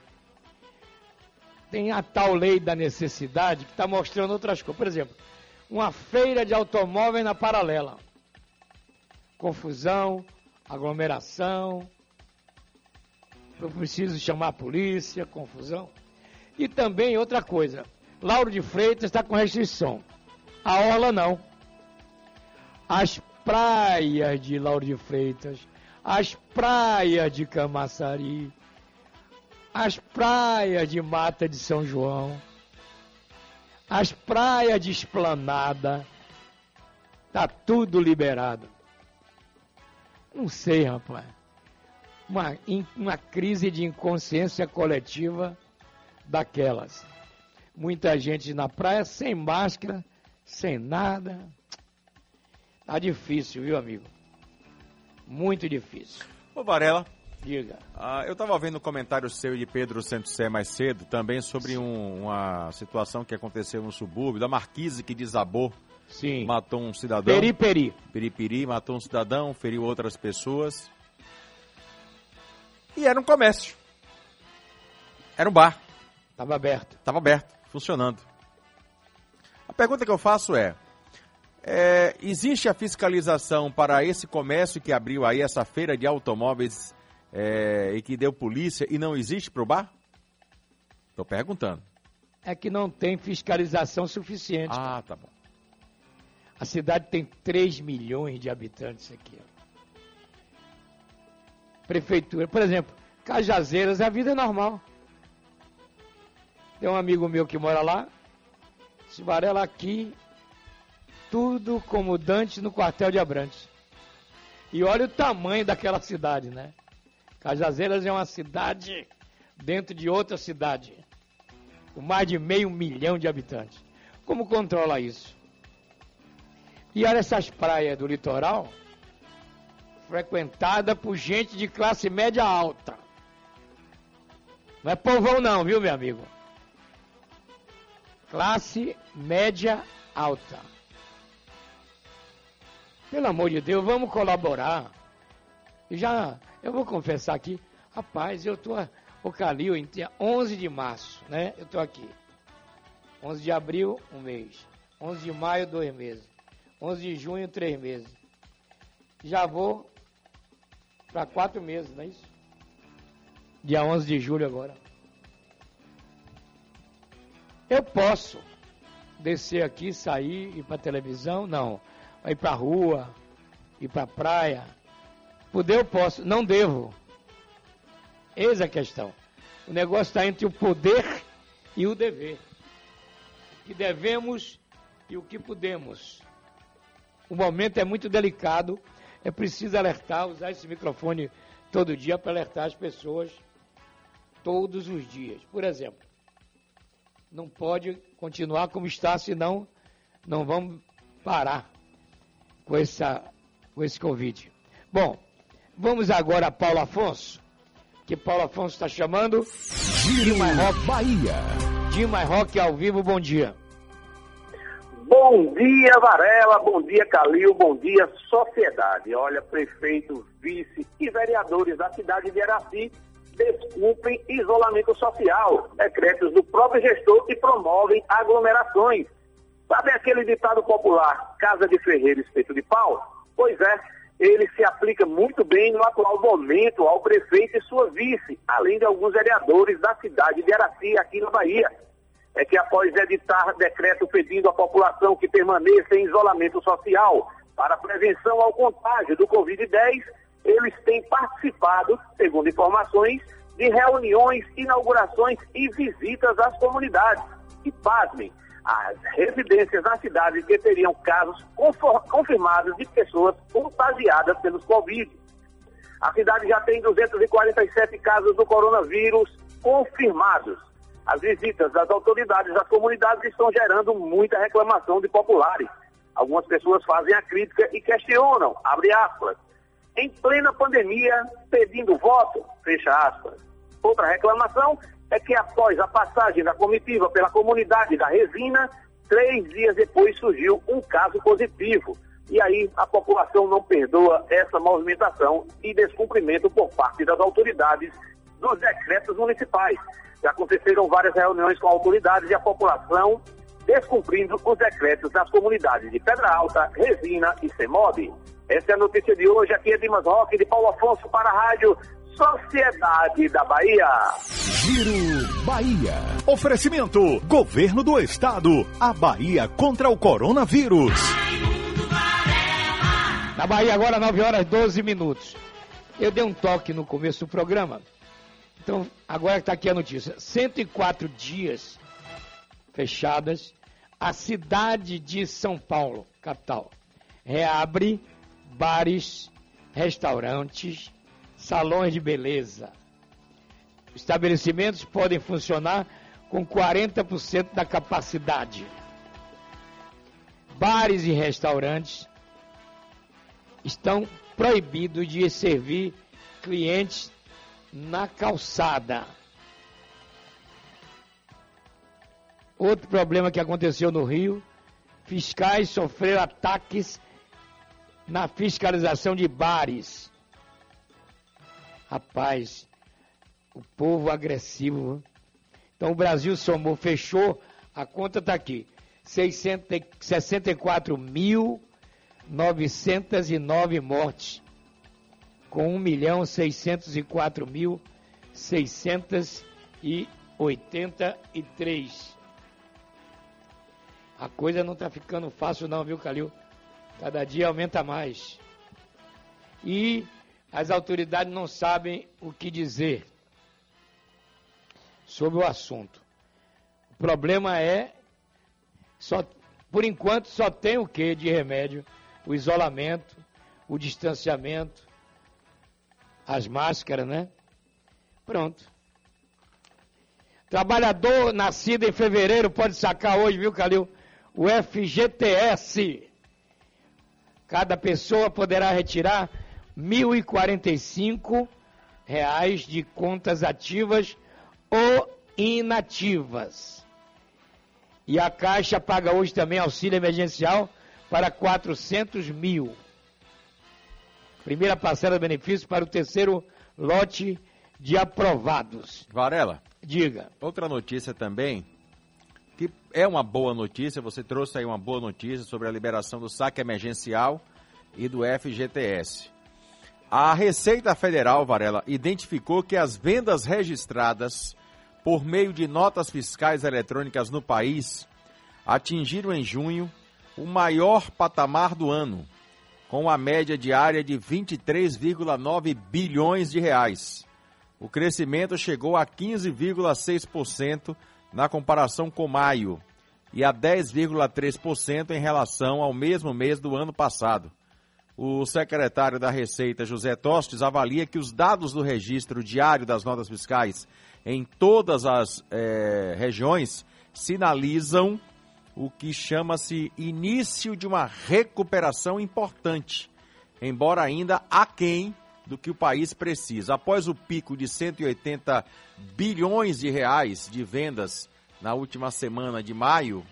tem a tal lei da necessidade que está mostrando outras coisas. Por exemplo, uma feira de automóveis na Paralela. Confusão, aglomeração, eu preciso chamar a polícia, confusão. E também outra coisa, Lauro de Freitas está com restrição, a orla não. As praias de Lauro de Freitas, as praias de Camaçari, as praias de Mata de São João, as praias de Esplanada, está tudo liberado. Não sei, rapaz. Uma crise de inconsciência coletiva daquelas. Muita gente na praia sem máscara, sem nada. Tá difícil, viu, amigo? Muito difícil. Ô, Varela. Diga. Eu estava vendo um comentário seu e de Pedro Santosé mais cedo, também sobre uma situação que aconteceu no subúrbio, da marquise que desabou. Sim. Matou um cidadão. Periperi, matou um cidadão, feriu outras pessoas. E era um comércio. Era um bar. Estava aberto. Estava aberto, funcionando. A pergunta que eu faço existe a fiscalização para esse comércio que abriu aí essa feira de automóveis e que deu polícia e não existe para o bar? Estou perguntando. É que não tem fiscalização suficiente. Ah, tá bom. A cidade tem 3 milhões de habitantes aqui. Prefeitura, por exemplo, Cajazeiras, a vida é normal. Tem um amigo meu que mora lá, disse, Varela, aqui, tudo como Dante no quartel de Abrantes. E olha o tamanho daquela cidade, né? Cajazeiras é uma cidade dentro de outra cidade, com mais de 500 mil de habitantes. Como controla isso? E olha essas praias do litoral, frequentada por gente de classe média alta. Não é povão não, viu, meu amigo? Classe média alta. Pelo amor de Deus, vamos colaborar. Eu vou confessar aqui, rapaz, eu tô, o Calil, em dia 11 de março, né? Eu tô aqui. 11 de abril, 1 mês. 11 de maio, 2 meses. 11 de junho, 3 meses. Já vou para 4 meses, não é isso? Dia 11 de julho agora. Eu posso descer aqui, sair, ir para televisão? Não. Ir para rua, ir para praia. Poder eu posso, não devo. Eis a questão. O negócio está entre o poder e o dever. O que devemos e o que podemos. O momento é muito delicado. É preciso alertar, usar esse microfone todo dia para alertar as pessoas todos os dias. Por exemplo, não pode continuar como está, senão não vamos parar com esse Covid. Bom, vamos agora a Paulo Afonso, que Paulo Afonso está chamando. Giro Bahia. Dima Rock ao vivo, bom dia. Bom dia, Varela, bom dia, Calil, bom dia, sociedade. Olha, prefeito, vice e vereadores da cidade de Araci descumprem isolamento social, decretos do próprio gestor que promovem aglomerações. Sabe aquele ditado popular, casa de ferreiro, espeto de pau? Pois é, ele se aplica muito bem no atual momento ao prefeito e sua vice, além de alguns vereadores da cidade de Araci, aqui na Bahia. É que após editar decreto pedindo à população que permaneça em isolamento social para prevenção ao contágio do Covid-10, eles têm participado, segundo informações, de reuniões, inaugurações e visitas às comunidades. E, pasmem, as residências na cidade que teriam casos confirmados de pessoas contagiadas pelos Covid. A cidade já tem 247 casos do coronavírus confirmados. As visitas das autoridades às comunidades estão gerando muita reclamação de populares. Algumas pessoas fazem a crítica e questionam, abre aspas, em plena pandemia, pedindo voto, fecha aspas. Outra reclamação é que após a passagem da comitiva pela comunidade da Resina, 3 dias depois surgiu um caso positivo. E aí a população não perdoa essa movimentação e descumprimento por parte das autoridades dos decretos municipais. Já aconteceram várias reuniões com autoridades e a população descumprindo os decretos das comunidades de Pedra Alta, Resina e Semob. Essa é a notícia de hoje. Aqui é Dimas Roque, de Paulo Afonso, para a Rádio Sociedade da Bahia. Giro Bahia. Oferecimento: Governo do Estado. A Bahia contra o coronavírus. Na Bahia agora, 9 horas 12 minutos. Eu dei um toque no começo do programa. Então, agora está aqui a notícia. 104 dias fechadas. A cidade de São Paulo, capital, reabre bares, restaurantes, salões de beleza. Estabelecimentos podem funcionar com 40% da capacidade. Bares e restaurantes estão proibidos de servir clientes na calçada. Outro problema que aconteceu no Rio, fiscais sofreram ataques na fiscalização de bares. Rapaz, o povo agressivo Então o Brasil somou, fechou, a conta está aqui, 64.909 mortes, com 1.604.683. A coisa não está ficando fácil não, viu, Calil? Cada dia aumenta mais. E as autoridades não sabem o que dizer sobre o assunto. O problema é, por enquanto, só tem o que de remédio? O isolamento, o distanciamento, as máscaras, né? Pronto. Trabalhador nascido em fevereiro pode sacar hoje, viu, Calil? O FGTS. Cada pessoa poderá retirar R$ 1.045 de contas ativas ou inativas. E a Caixa paga hoje também auxílio emergencial para 400 mil. Primeira parcela de benefícios para o terceiro lote de aprovados. Varela. Diga. Outra notícia também, que é uma boa notícia, você trouxe aí uma boa notícia sobre a liberação do saque emergencial e do FGTS. A Receita Federal, Varela, identificou que as vendas registradas por meio de notas fiscais eletrônicas no país atingiram em junho o maior patamar do ano, com uma média diária de 23,9 bilhões de reais. O crescimento chegou a 15,6% na comparação com maio e a 10,3% em relação ao mesmo mês do ano passado. O secretário da Receita, José Tostes, avalia que os dados do registro diário das notas fiscais em todas as regiões sinalizam o que chama-se início de uma recuperação importante, embora ainda aquém do que o país precisa. Após o pico de 180 bilhões de reais de vendas na última semana de maio,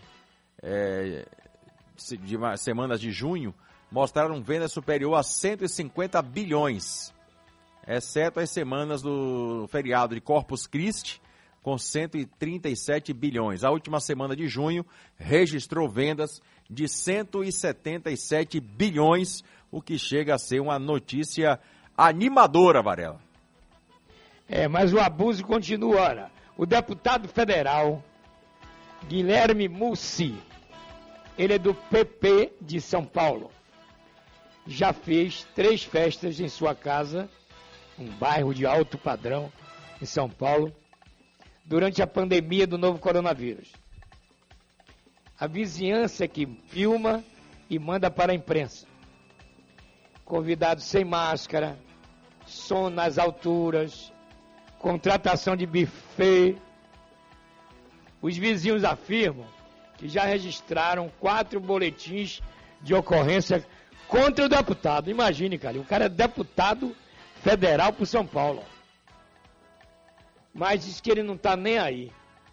semanas de junho, mostraram vendas superior a 150 bilhões, exceto as semanas do feriado de Corpus Christi, com 137 bilhões. A última semana de junho registrou vendas de 177 bilhões, o que chega a ser uma notícia animadora, Varela. Mas o abuso continua. Olha. O deputado federal Guilherme Mussi, ele é do PP de São Paulo, já fez 3 festas em sua casa, um bairro de alto padrão em São Paulo, durante a pandemia do novo coronavírus. A vizinhança que filma e manda para a imprensa. Convidados sem máscara, som nas alturas, contratação de buffet. Os vizinhos afirmam que já registraram 4 boletins de ocorrência contra o deputado. Imagine, cara, o cara é deputado federal por São Paulo. Mas diz que ele não está nem aí.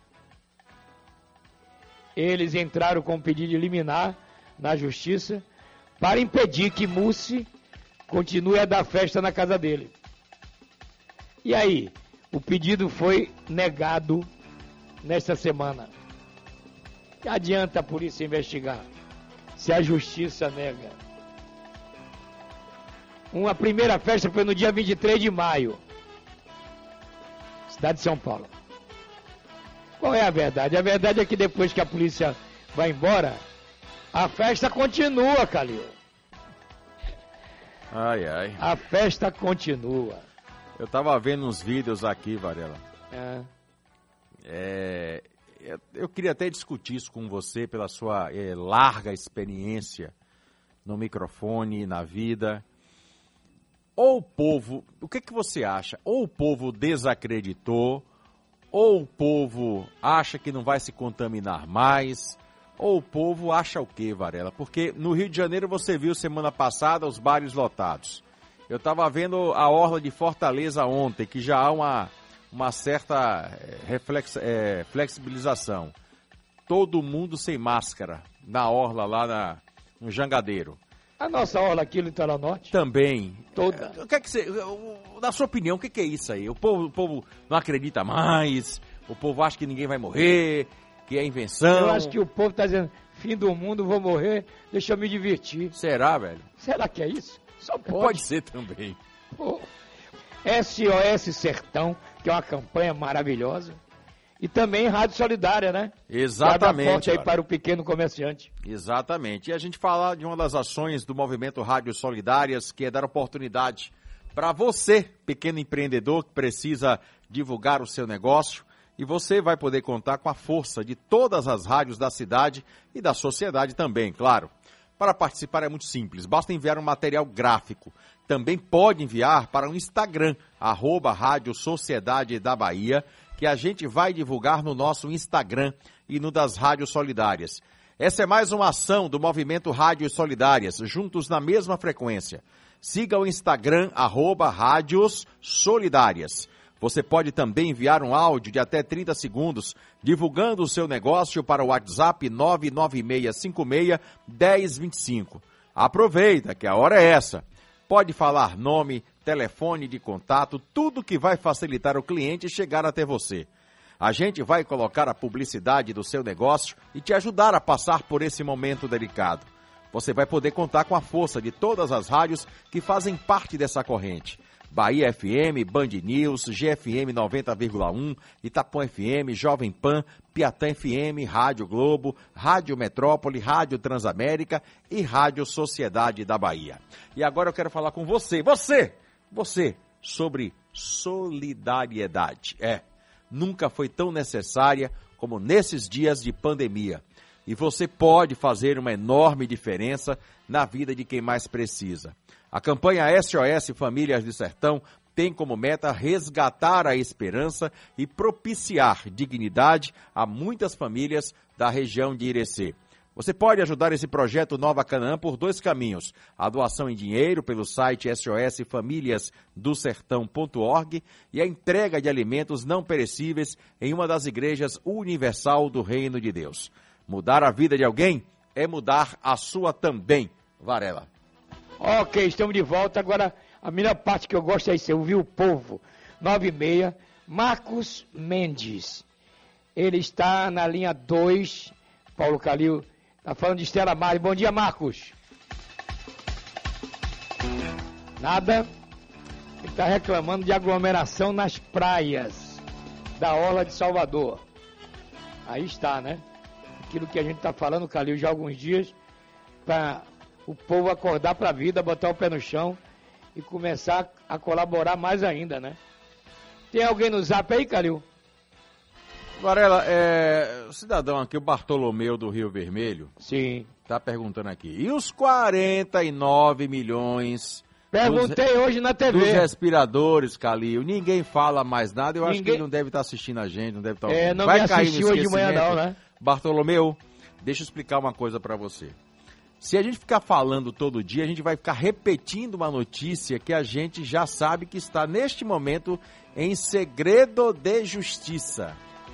Eles entraram com um pedido de liminar na justiça para impedir que Mussi continue a dar festa na casa dele. E aí, o pedido foi negado nesta semana. Que adianta a polícia investigar se a justiça nega? Uma primeira festa foi no dia 23 de maio. Cidade de São Paulo. Qual é a verdade? A verdade é que depois que a polícia vai embora, a festa continua, Calil. Ai, ai. A festa continua. Eu tava vendo uns vídeos aqui, Varela. Eu queria até discutir isso com você pela sua larga experiência no microfone, na vida. Ou o povo, o que você acha? Ou o povo desacreditou, ou o povo acha que não vai se contaminar mais, ou o povo acha o quê, Varela? Porque no Rio de Janeiro você viu semana passada os bares lotados. Eu estava vendo a orla de Fortaleza ontem, que já há uma certa flexibilização. Todo mundo sem máscara na orla lá no Jangadeiro. A nossa orla aqui no Litoral Norte? Também. Toda. Na sua opinião, o que é isso aí? O povo não acredita mais? O povo acha que ninguém vai morrer, que é invenção. Eu acho que o povo está dizendo, fim do mundo, vou morrer, deixa eu me divertir. Será, velho? Será que é isso? Só pode. Pode ser também. Pô. SOS Sertão, que é uma campanha maravilhosa. E também Rádio Solidária, né? Exatamente. Porta aí para o pequeno comerciante. Exatamente. E a gente falar de uma das ações do movimento Rádio Solidárias, que é dar oportunidade para você, pequeno empreendedor, que precisa divulgar o seu negócio. E você vai poder contar com a força de todas as rádios da cidade e da sociedade também, claro. Para participar é muito simples, basta enviar um material gráfico. Também pode enviar para o Instagram, @Rádio Sociedade da Bahia, que a gente vai divulgar no nosso Instagram e no das Rádios Solidárias. Essa é mais uma ação do movimento Rádios Solidárias, juntos na mesma frequência. Siga o Instagram, @Rádios Solidárias. Você pode também enviar um áudio de até 30 segundos, divulgando o seu negócio para o WhatsApp 99656-1025. Aproveita que a hora é essa. Pode falar nome, telefone de contato, tudo que vai facilitar o cliente chegar até você. A gente vai colocar a publicidade do seu negócio e te ajudar a passar por esse momento delicado. Você vai poder contar com a força de todas as rádios que fazem parte dessa corrente. Bahia FM, Band News, GFM 90,1, Itapuã FM, Jovem Pan, Piatã FM, Rádio Globo, Rádio Metrópole, Rádio Transamérica e Rádio Sociedade da Bahia. E agora eu quero falar com você, sobre solidariedade. Nunca foi tão necessária como nesses dias de pandemia. E você pode fazer uma enorme diferença na vida de quem mais precisa. A campanha SOS Famílias do Sertão tem como meta resgatar a esperança e propiciar dignidade a muitas famílias da região de Irecê. Você pode ajudar esse projeto Nova Canaã por 2 caminhos. A doação em dinheiro pelo site sosfamiliasdosertão.org e a entrega de alimentos não perecíveis em uma das igrejas universal do Reino de Deus. Mudar a vida de alguém é mudar a sua também, Varela. Ok, estamos de volta. Agora, a melhor parte que eu gosto é isso, eu vi o povo. 9h30, Marcos Mendes. Ele está na linha 2, Paulo Calil, está falando de Estela Mari. Bom dia, Marcos. Nada. Ele está reclamando de aglomeração nas praias da Orla de Salvador. Aí está, né? Aquilo que a gente está falando, Calil, já há alguns dias, para o povo acordar para a vida, botar o pé no chão e começar a colaborar mais ainda, né? Tem alguém no zap aí, Calil? Varela, o cidadão aqui, o Bartolomeu do Rio Vermelho, sim, tá perguntando aqui. E os 49 milhões... Perguntei hoje na TV. Dos respiradores, Calil, ninguém fala mais nada, eu acho que ele não deve estar assistindo a gente, não deve estar ouvindo. Não vai cair no hoje de manhã não, né? Bartolomeu, deixa eu explicar uma coisa para você. Se a gente ficar falando todo dia, a gente vai ficar repetindo uma notícia que a gente já sabe que está neste momento em segredo de justiça.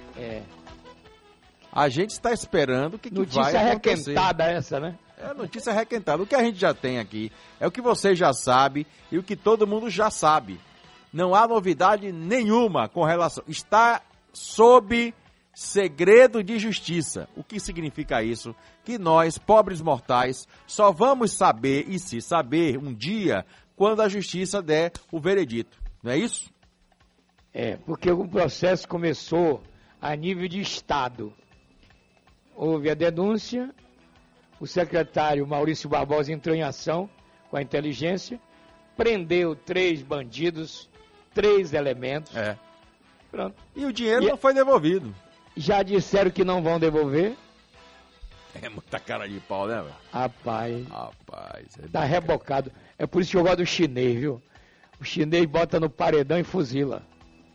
A gente está esperando que vai acontecer. Notícia requentada essa, né? É notícia requentada. O que a gente já tem aqui é o que você já sabe e o que todo mundo já sabe. Não há novidade nenhuma com relação... Está sob segredo de justiça. O que significa isso? Que nós, pobres mortais, só vamos saber, e se saber, um dia, quando a justiça der o veredito. Não é isso? Porque o processo começou a nível de Estado. Houve a denúncia, o secretário Maurício Barbosa entrou em ação com a inteligência, prendeu 3 bandidos, 3 elementos. Pronto. E o dinheiro não foi devolvido. Já disseram que não vão devolver. É muita cara de pau, né, velho? Rapaz. Tá rebocado. É por isso que eu gosto do chinês, viu? O chinês bota no paredão e fuzila.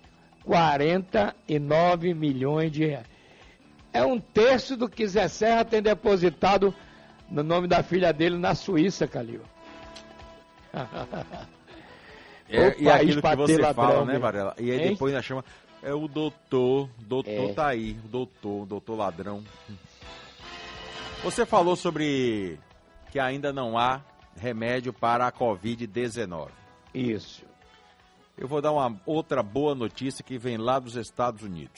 49 milhões de reais. É 1/3 do que Zé Serra tem depositado no nome da filha dele na Suíça, Calil. E aquilo que você fala, né, Varela? E aí depois ainda chama... o doutor tá aí, o doutor ladrão. Você falou sobre que ainda não há remédio para a Covid-19. Isso. Eu vou dar uma outra boa notícia que vem lá dos Estados Unidos.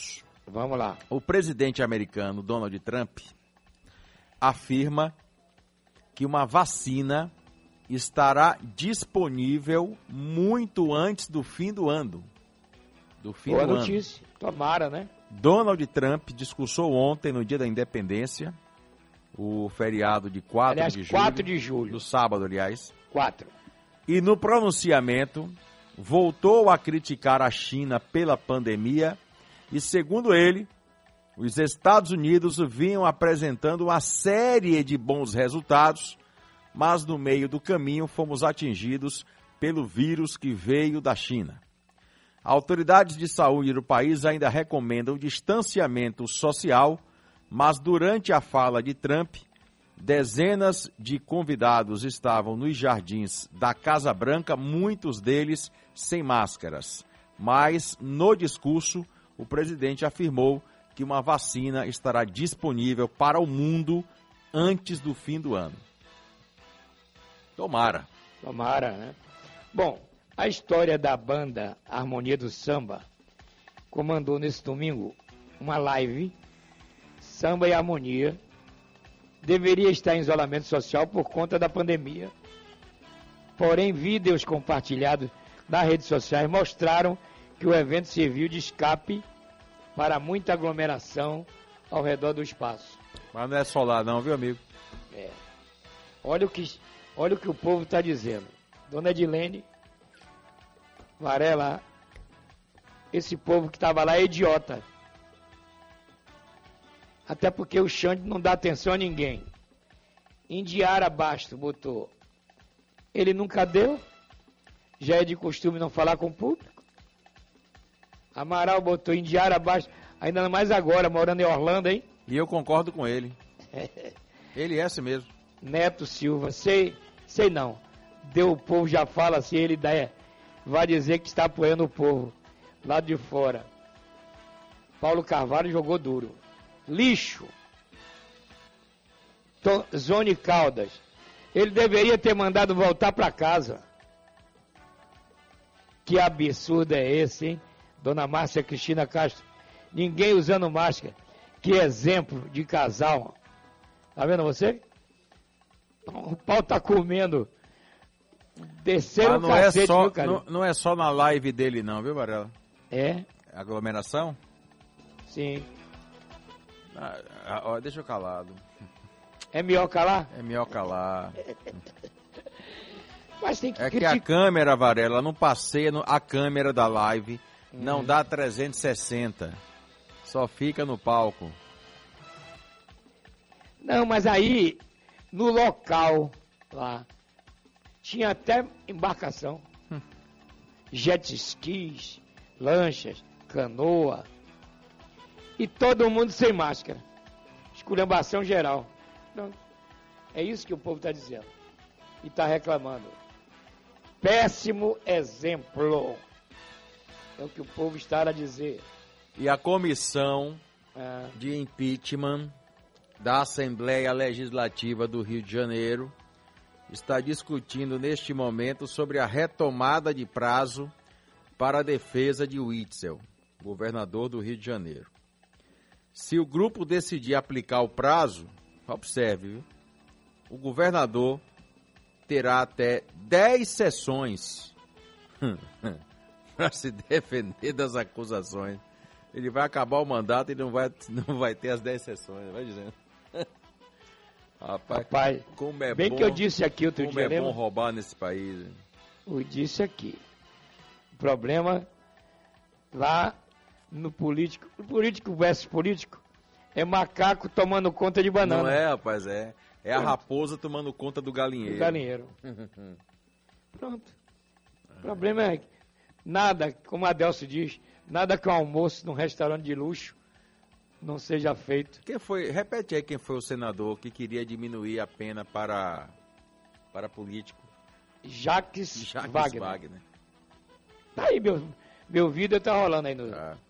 Vamos lá. O presidente americano, Donald Trump, afirma que uma vacina estará disponível muito antes do fim do ano. Boa notícia. Tomara, né? Donald Trump discursou ontem, no dia da independência, o feriado de 4 de julho. 4 de julho. No sábado, aliás. 4. E no pronunciamento, voltou a criticar a China pela pandemia e, segundo ele, os Estados Unidos vinham apresentando uma série de bons resultados, mas no meio do caminho fomos atingidos pelo vírus que veio da China. Autoridades de saúde do país ainda recomendam distanciamento social, mas durante a fala de Trump, dezenas de convidados estavam nos jardins da Casa Branca, muitos deles sem máscaras. Mas, no discurso, o presidente afirmou que uma vacina estará disponível para o mundo antes do fim do ano. Tomara. Tomara, né? Bom, a história da banda Harmonia do Samba comandou nesse domingo uma live, Samba e Harmonia, deveria estar em isolamento social por conta da pandemia. Porém, vídeos compartilhados nas redes sociais mostraram que o evento serviu de escape para muita aglomeração ao redor do espaço. Mas não é só lá não, viu, amigo? É. Olha o que o povo está dizendo. Dona Edilene, Varela, esse povo que estava lá é idiota. Até porque o Xande não dá atenção a ninguém. Indiara Basto botou. Ele nunca deu. Já é de costume não falar com o público. Amaral botou Indiara Basto. Ainda mais agora, morando em Orlando, hein? E eu concordo com ele. Ele é esse mesmo. Neto Silva, sei não. Deu o povo, já fala assim, ele vai dizer que está apoiando o povo. Lá de fora. Paulo Carvalho jogou duro. Lixo. Zone Caldas. Ele deveria ter mandado voltar para casa. Que absurdo é esse, hein? Dona Márcia Cristina Castro. Ninguém usando máscara. Que exemplo de casal. Tá vendo você? O pau tá comendo. Desceu o cacete, viu, cara? Não é só na live dele não, viu, Varela? É? Aglomeração? Sim. Deixa eu calado. É melhor calar? É melhor calar. Mas tem que que a câmera, Varela, não passeia a câmera da live, não dá 360. Só fica no palco. Não, mas aí, no local lá, tinha até embarcação. Jet skis, lanchas, canoa. E todo mundo sem máscara. Esculhambação geral. Não, é isso que o povo está dizendo. E está reclamando. Péssimo exemplo. É o que o povo está a dizer. E a comissão de impeachment da Assembleia Legislativa do Rio de Janeiro está discutindo neste momento sobre a retomada de prazo para a defesa de Witzel, governador do Rio de Janeiro. Se o grupo decidir aplicar o prazo, observe, viu? O governador terá até 10 sessões para se defender das acusações. Ele vai acabar o mandato e não vai ter as 10 sessões, vai dizendo. Rapaz, como é bem bom, que eu disse aqui outro como dia, é lembra? bom roubar nesse país. Hein? Eu disse aqui. O problema lá no político versus político, é macaco tomando conta de banana. Não é, rapaz, é a raposa tomando conta do galinheiro. Do galinheiro. Pronto. O problema é nada, como a Adelso diz, nada que um almoço num restaurante de luxo não seja feito. Repete aí quem foi o senador que queria diminuir a pena para político. Jacques Wagner. Tá aí, meu vídeo tá rolando aí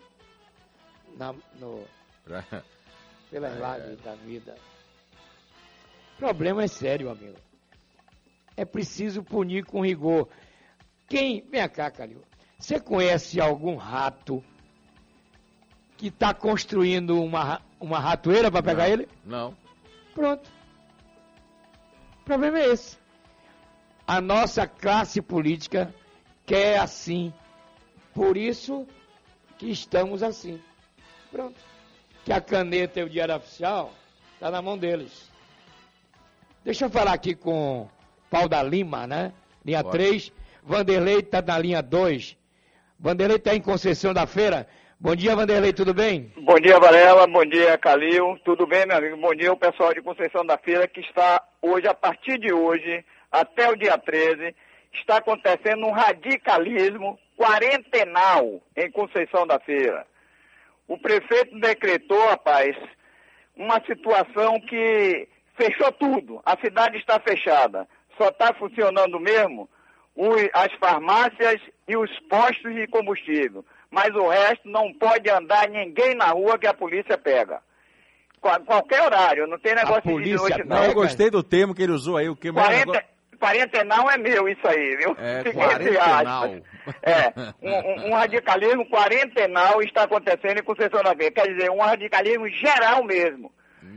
pelas lives da vida. O problema é sério, amigo. É preciso punir com rigor. Vem cá, Calil. Você conhece algum rato que está construindo uma ratoeira para pegar ele? Não. Pronto. O problema é esse. A nossa classe política quer assim. Por isso que estamos assim. Pronto. Que a caneta e o diário oficial está na mão deles. Deixa eu falar aqui com Pau da Lima, né? Linha 3. Vanderlei está na linha 2. Vanderlei está em Conceição da Feira. Bom dia, Vanderlei, tudo bem? Bom dia, Varela. Bom dia, Calil. Tudo bem, meu amigo? Bom dia ao pessoal de Conceição da Feira que está hoje, a partir de hoje, até o dia 13, está acontecendo um radicalismo quarentenal em Conceição da Feira. O prefeito decretou, rapaz, uma situação que fechou tudo. A cidade está fechada. Só está funcionando mesmo as farmácias e os postos de combustível. Mas o resto não pode andar ninguém na rua que a polícia pega. Qualquer horário, não tem negócio de hoje não. Eu gostei do termo que ele usou aí. O que quarentenal é meu isso aí, viu? Quarentenal. Um radicalismo quarentenal está acontecendo em Conceição da Feira. Quer dizer, um radicalismo geral mesmo.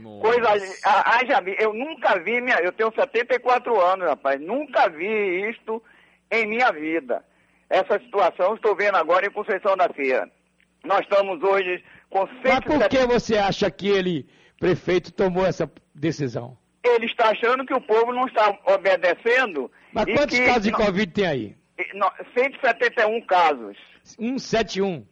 Eu nunca vi, eu tenho 74 anos, rapaz, nunca vi isto em minha vida. Essa situação estou vendo agora em Conceição da Feira. Nós estamos hoje com 170... Mas por que você acha que prefeito, tomou essa decisão? Ele está achando que o povo não está obedecendo. Mas quantos casos de Covid tem aí? 171 casos. 171.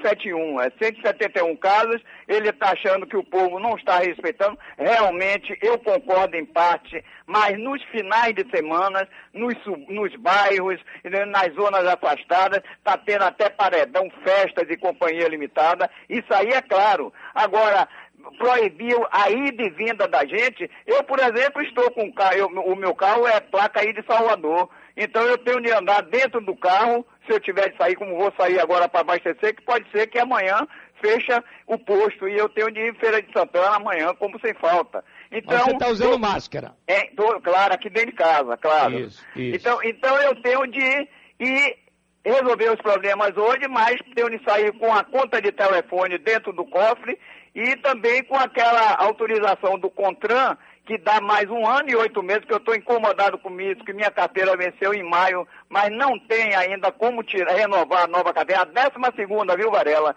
171 casos. Ele está achando que o povo não está respeitando. Realmente, eu concordo em parte, mas nos finais de semana, nos bairros, nas zonas afastadas, está tendo até paredão, festas e companhia limitada. Isso aí é claro. Agora, proibiu a ida e vinda da gente. Eu, por exemplo, estou com o meu carro é placa aí de Salvador. Então eu tenho de andar dentro do carro, se eu tiver de sair, como vou sair agora para abastecer, que pode ser que amanhã fecha o posto e eu tenho de ir em Feira de Santana amanhã, como sem falta. Então, você está usando máscara? Claro, aqui dentro de casa, claro. Isso. Então eu tenho de ir resolver os problemas hoje, mas tenho de sair com a conta de telefone dentro do cofre e também com aquela autorização do CONTRAN, que dá mais 1 ano e 8 meses, que eu estou incomodado com isso, que minha carteira venceu em maio, mas não tem ainda como renovar a nova carteira. A 12ª, viu, Varela?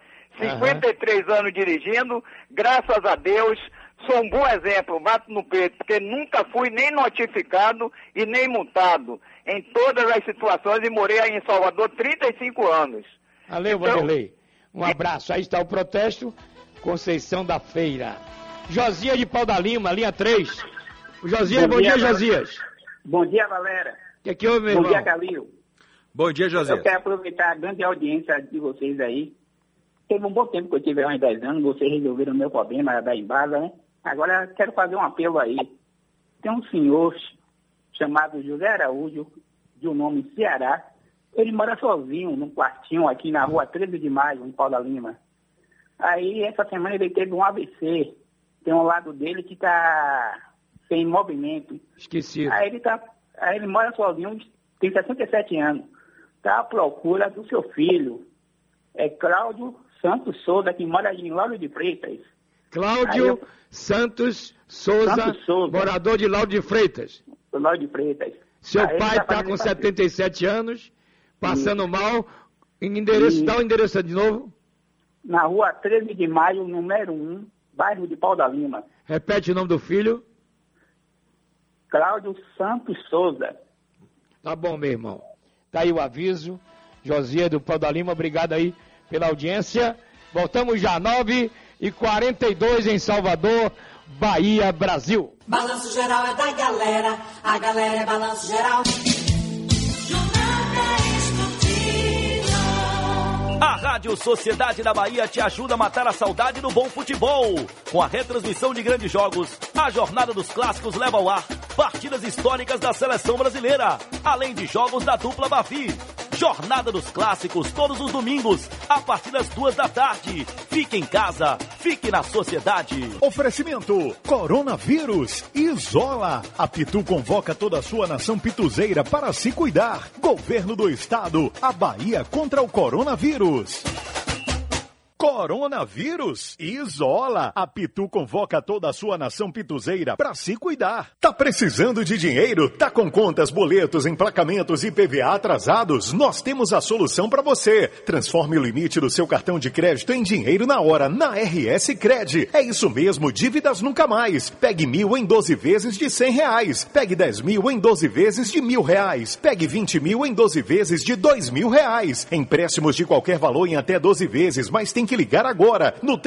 53 anos dirigindo, graças a Deus, sou um bom exemplo, bato no peito, porque nunca fui nem notificado e nem multado em todas as situações e morei aí em Salvador 35 anos. Valeu, Vanderlei. Um abraço. Aí está o protesto, Conceição da Feira. Josias de Pau da Lima, linha 3. Josias, bom dia, Josias. Bom dia, galera. O que houve, meu irmão? Bom dia, Calil. Bom dia, Josias. Eu quero aproveitar a grande audiência de vocês aí. Teve um bom tempo que eu tive há uns 10 anos, vocês resolveram o meu problema da Embasa, né? Agora, quero fazer um apelo aí. Tem um senhor chamado José Araújo, de um nome Ceará. Ele mora sozinho, num quartinho aqui na rua 13 de Maio, em Pau da Lima. Aí, essa semana ele teve um AVC. Tem um lado dele que está sem movimento. Esquecido. Aí ele mora sozinho, tem 67 anos. Está à procura do seu filho. É Cláudio Santos Souza, que mora em Lauro de Freitas. Cláudio Santos Souza, morador de Lauro de Freitas. Lauro de Freitas. Seu pai está com 77 anos, passando mal. Dá o endereço de novo. Na rua 13 de Maio, número 1. Bairro de Pau da Lima. Repete o nome do filho. Cláudio Santos Souza. Tá bom, meu irmão. Tá aí o aviso. Josias do Pau da Lima, obrigado aí pela audiência. Voltamos já, 9h42 em Salvador, Bahia, Brasil. Balanço geral é da galera, a galera é balanço geral. A Rádio Sociedade da Bahia te ajuda a matar a saudade do bom futebol. Com a retransmissão de grandes jogos, a Jornada dos Clássicos leva ao ar partidas históricas da seleção brasileira, além de jogos da dupla Bavi. Jornada dos Clássicos, todos os domingos, a partir das 14h. Fique em casa, fique na Sociedade. Oferecimento: coronavírus, isola. A Pitu convoca toda a sua nação pituzeira para se cuidar. Governo do Estado, a Bahia contra o coronavírus. Coronavírus? Isola! A Pitu convoca toda a sua nação pituzeira para se cuidar. Tá precisando de dinheiro? Tá com contas, boletos, emplacamentos e PVA atrasados? Nós temos a solução para você. Transforme o limite do seu cartão de crédito em dinheiro na hora, na RS Cred. É isso mesmo, dívidas nunca mais. Pegue 1.000 em 12 vezes de R$100. Pegue 10.000 em 12 vezes de R$1.000. Pegue 20.000 em 12 vezes de R$2.000. Empréstimos de qualquer valor em até 12 vezes, mas tem que ligar agora no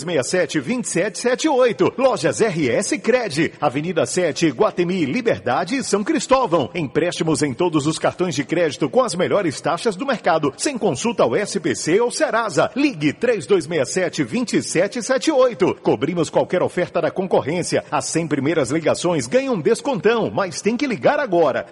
3267-2778. Lojas RS Cred, Avenida 7, Guatemi, Liberdade e São Cristóvão. Empréstimos em todos os cartões de crédito com as melhores taxas do mercado, sem consulta ao SPC ou Serasa. Ligue 3267-2778. Cobrimos qualquer oferta da concorrência. As 100 primeiras ligações ganham um descontão, mas tem que ligar agora.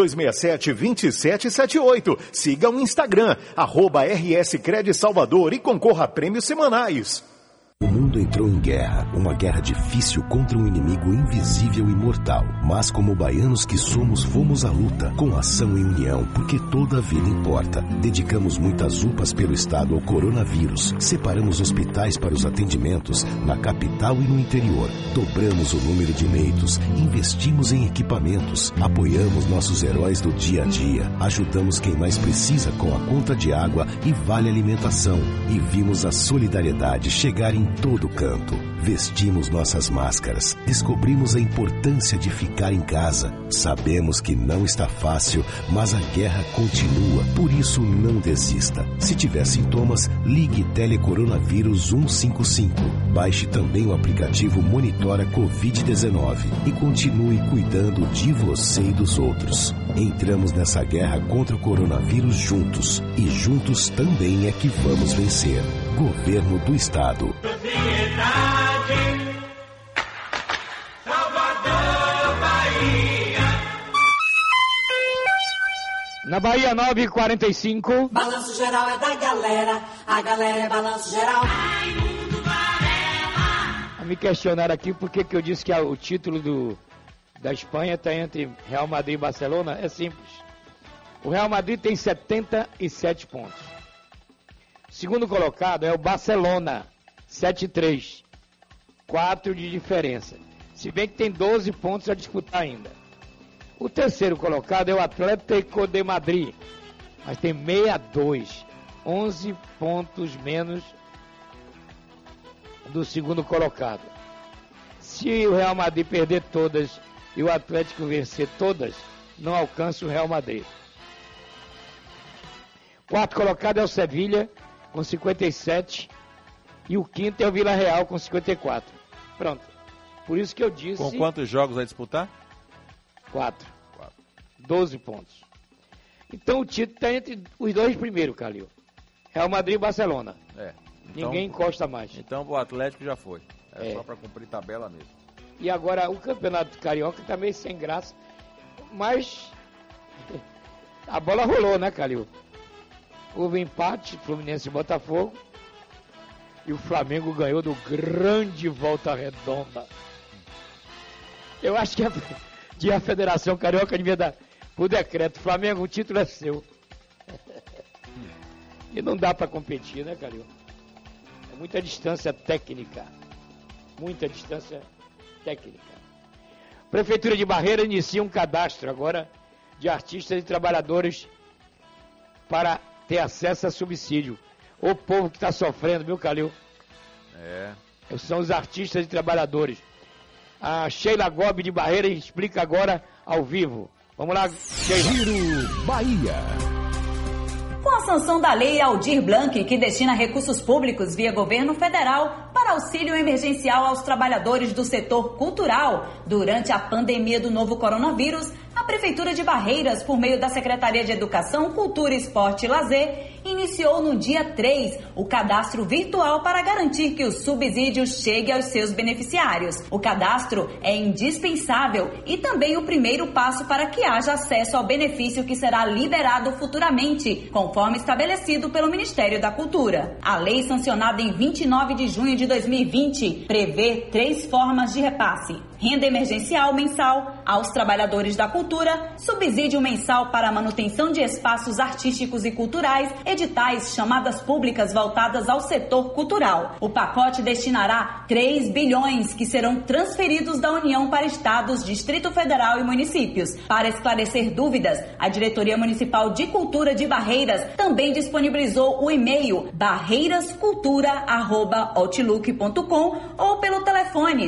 3267-2778. Siga o Instagram, @RS Cred Salvador e concorra a prêmios semanais. O mundo entrou em guerra, uma guerra difícil contra um inimigo invisível e mortal. Mas como baianos que somos, fomos à luta, com ação e união, porque toda a vida importa. Dedicamos muitas UPAs pelo estado ao coronavírus, separamos hospitais para os atendimentos na capital e no interior, dobramos o número de leitos, investimos em equipamentos, apoiamos nossos heróis do dia a dia, ajudamos quem mais precisa com a conta de água e vale alimentação, e vimos a solidariedade chegar em todo canto. Vestimos nossas máscaras, descobrimos a importância de ficar em casa. Sabemos que não está fácil, mas a guerra continua, por isso não desista. Se tiver sintomas, ligue Telecoronavírus 155. Baixe também o aplicativo Monitora Covid-19 e continue cuidando de você e dos outros. Entramos nessa guerra contra o coronavírus juntos, e juntos também é que vamos vencer. Governo do Estado. Na Bahia 9h45. Balanço geral é da galera, a galera é balanço geral. Me questionaram aqui por que eu disse que o título da Espanha está entre Real Madrid e Barcelona. É simples. O Real Madrid tem 77 pontos. O segundo colocado é o Barcelona, 73. 4 de diferença. Se bem que tem 12 pontos a disputar ainda. O terceiro colocado é o Atlético de Madrid, mas tem 62. 11 pontos menos do segundo colocado. Se o Real Madrid perder todas e o Atlético vencer todas, não alcança o Real Madrid. Quarto colocado é o Sevilha, com 57, e o quinto é o Vila Real, com 54. Pronto. Por isso que eu disse... Com quantos jogos vai disputar? 4. 12 pontos. Então o título está entre os dois primeiros, Calil. Real Madrid e Barcelona. Então, ninguém encosta mais. Então o Atlético já foi. Só para cumprir tabela mesmo. E agora o Campeonato Carioca está meio sem graça, mas a bola rolou, né, Calil? Houve empate, Fluminense e Botafogo, e o Flamengo ganhou do grande Volta Redonda. Eu acho que a Federação Carioca devia dar por decreto: Flamengo, o título é seu. E não dá para competir, né, Calil? É muita distância técnica. Muita distância técnica. Prefeitura de Barreira inicia um cadastro agora de artistas e trabalhadores para ter acesso a subsídio. O povo que está sofrendo, viu, Calil? São os artistas e trabalhadores. A Sheila Gobi de Barreira explica agora ao vivo. Vamos lá, Sheila. Giro Bahia. Com a sanção da Lei Aldir Blanc, que destina recursos públicos via governo federal para auxílio emergencial aos trabalhadores do setor cultural durante a pandemia do novo coronavírus, a Prefeitura de Barreiras, por meio da Secretaria de Educação, Cultura, Esporte e Lazer, iniciou no dia 3 o cadastro virtual para garantir que o subsídio chegue aos seus beneficiários. O cadastro é indispensável e também o primeiro passo para que haja acesso ao benefício que será liberado futuramente, conforme estabelecido pelo Ministério da Cultura. A lei, sancionada em 29 de junho de 2020, prevê 3 formas de repasse: renda emergencial mensal aos trabalhadores da cultura, subsídio mensal para a manutenção de espaços artísticos e culturais, editais, chamadas públicas voltadas ao setor cultural. O pacote destinará 3 bilhões que serão transferidos da União para estados, Distrito Federal e municípios. Para esclarecer dúvidas, a Diretoria Municipal de Cultura de Barreiras também disponibilizou o e-mail barreirascultura@outlook.com ou pelo telefone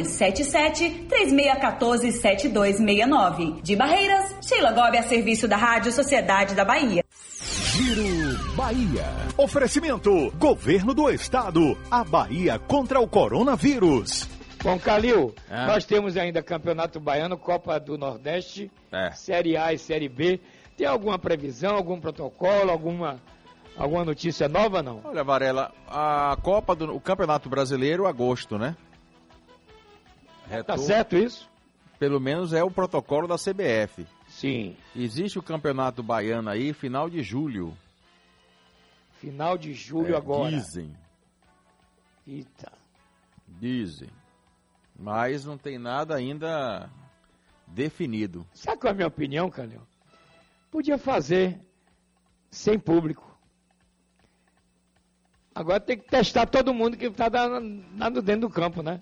77-3614-7269. De Barreiras, Sheila Gobi, a serviço da Rádio Sociedade da Bahia. Giro Bahia. Oferecimento: Governo do Estado. A Bahia contra o coronavírus. Bom, Calil, nós temos ainda Campeonato Baiano, Copa do Nordeste, Série A e Série B. Tem alguma previsão, algum protocolo, alguma notícia nova, não? Olha, Varela, o Campeonato Brasileiro, agosto, né? Tá certo isso? Pelo menos é o protocolo da CBF. Sim. Existe o Campeonato Baiano aí, final de julho. Final de julho agora. Dizem. Eita. Dizem. Mas não tem nada ainda definido. Sabe qual é a minha opinião, Calil? Podia fazer sem público. Agora tem que testar todo mundo que está dando dentro do campo, né?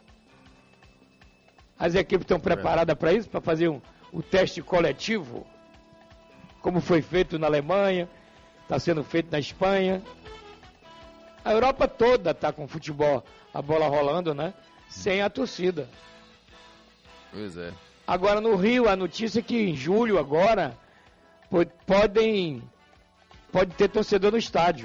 As equipes estão preparadas para isso, para fazer o teste coletivo, como foi feito na Alemanha, está sendo feito na Espanha. A Europa toda está com futebol, a bola rolando, né? Sem a torcida. Pois é. Agora no Rio, a notícia é que em julho agora pode ter torcedor no estádio.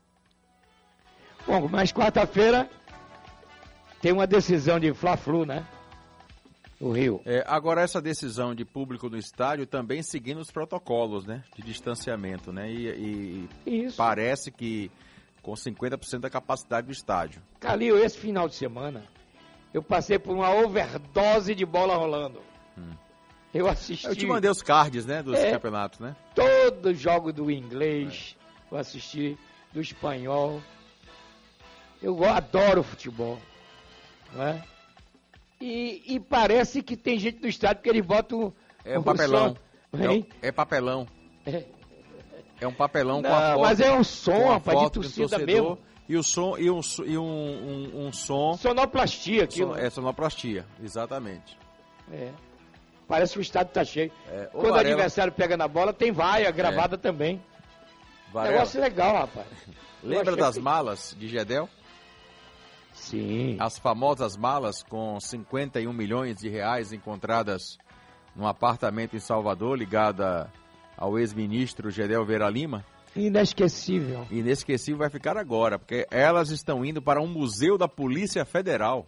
Bom, mas quarta-feira tem uma decisão de Fla-Flu, né? No Rio. Agora essa decisão de público no estádio também seguindo os protocolos, né? De distanciamento, né? E parece que com 50% da capacidade do estádio. Calil, esse final de semana eu passei por uma overdose de bola rolando. Eu assisti... Eu te mandei os cards, né? Dos campeonatos, né? Todo jogo do inglês, eu assisti, do espanhol. Eu adoro futebol, não é? E parece que tem gente no estádio que eles botam... É um papelão. É papelão. É um papelão com a foto. Mas é um som, rapaz, de torcida mesmo. E o som, um som... Sonoplastia aquilo. É sonoplastia, exatamente. Parece que o estádio tá cheio. Quando o adversário pega na bola, tem vaia gravada também. Varela. Negócio legal, rapaz. Lembra das malas de Gedel? Sim. As famosas malas com 51 milhões de reais encontradas num apartamento em Salvador, ligada ao ex-ministro Gedel Vera Lima. Inesquecível. Inesquecível vai ficar agora, porque elas estão indo para um museu da Polícia Federal.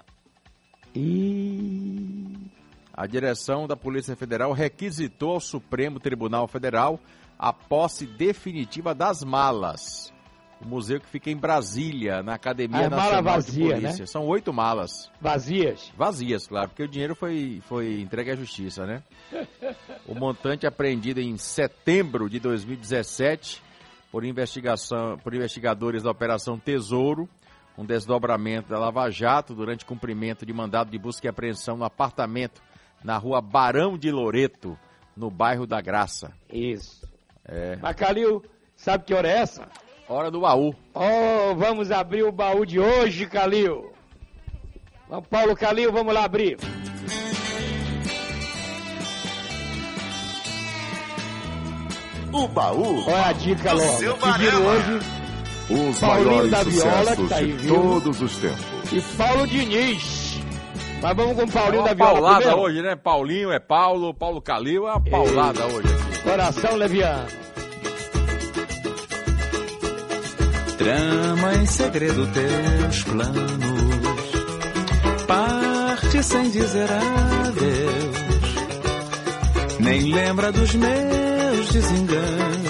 A direção da Polícia Federal requisitou ao Supremo Tribunal Federal a posse definitiva das malas. O museu que fica em Brasília, na Academia Nacional de Polícia. Né? São 8 malas. Vazias? Vazias, claro, porque o dinheiro foi entregue à justiça, né? O montante apreendido em setembro de 2017 por investigadores da Operação Tesouro, um desdobramento da Lava Jato durante cumprimento de mandado de busca e apreensão no apartamento na rua Barão de Loreto, no bairro da Graça. Isso. Mas, Calil, sabe que hora é essa? Hora do baú. Vamos abrir o baú de hoje, Calil. Vamos, Paulo Calil, vamos lá abrir. O baú. Olha a dica logo. Pediram hoje os Paulinho maiores da Viola, sucessos que tá aí, de todos os tempos. E Paulo Diniz. Mas vamos com o Paulinho da Viola paulada primeiro. Hoje, né? Paulinho é Paulo, Paulo Calil é uma paulada hoje. Coração leviano. Trama em segredo teus planos, parte sem dizer adeus, nem lembra dos meus desenganos,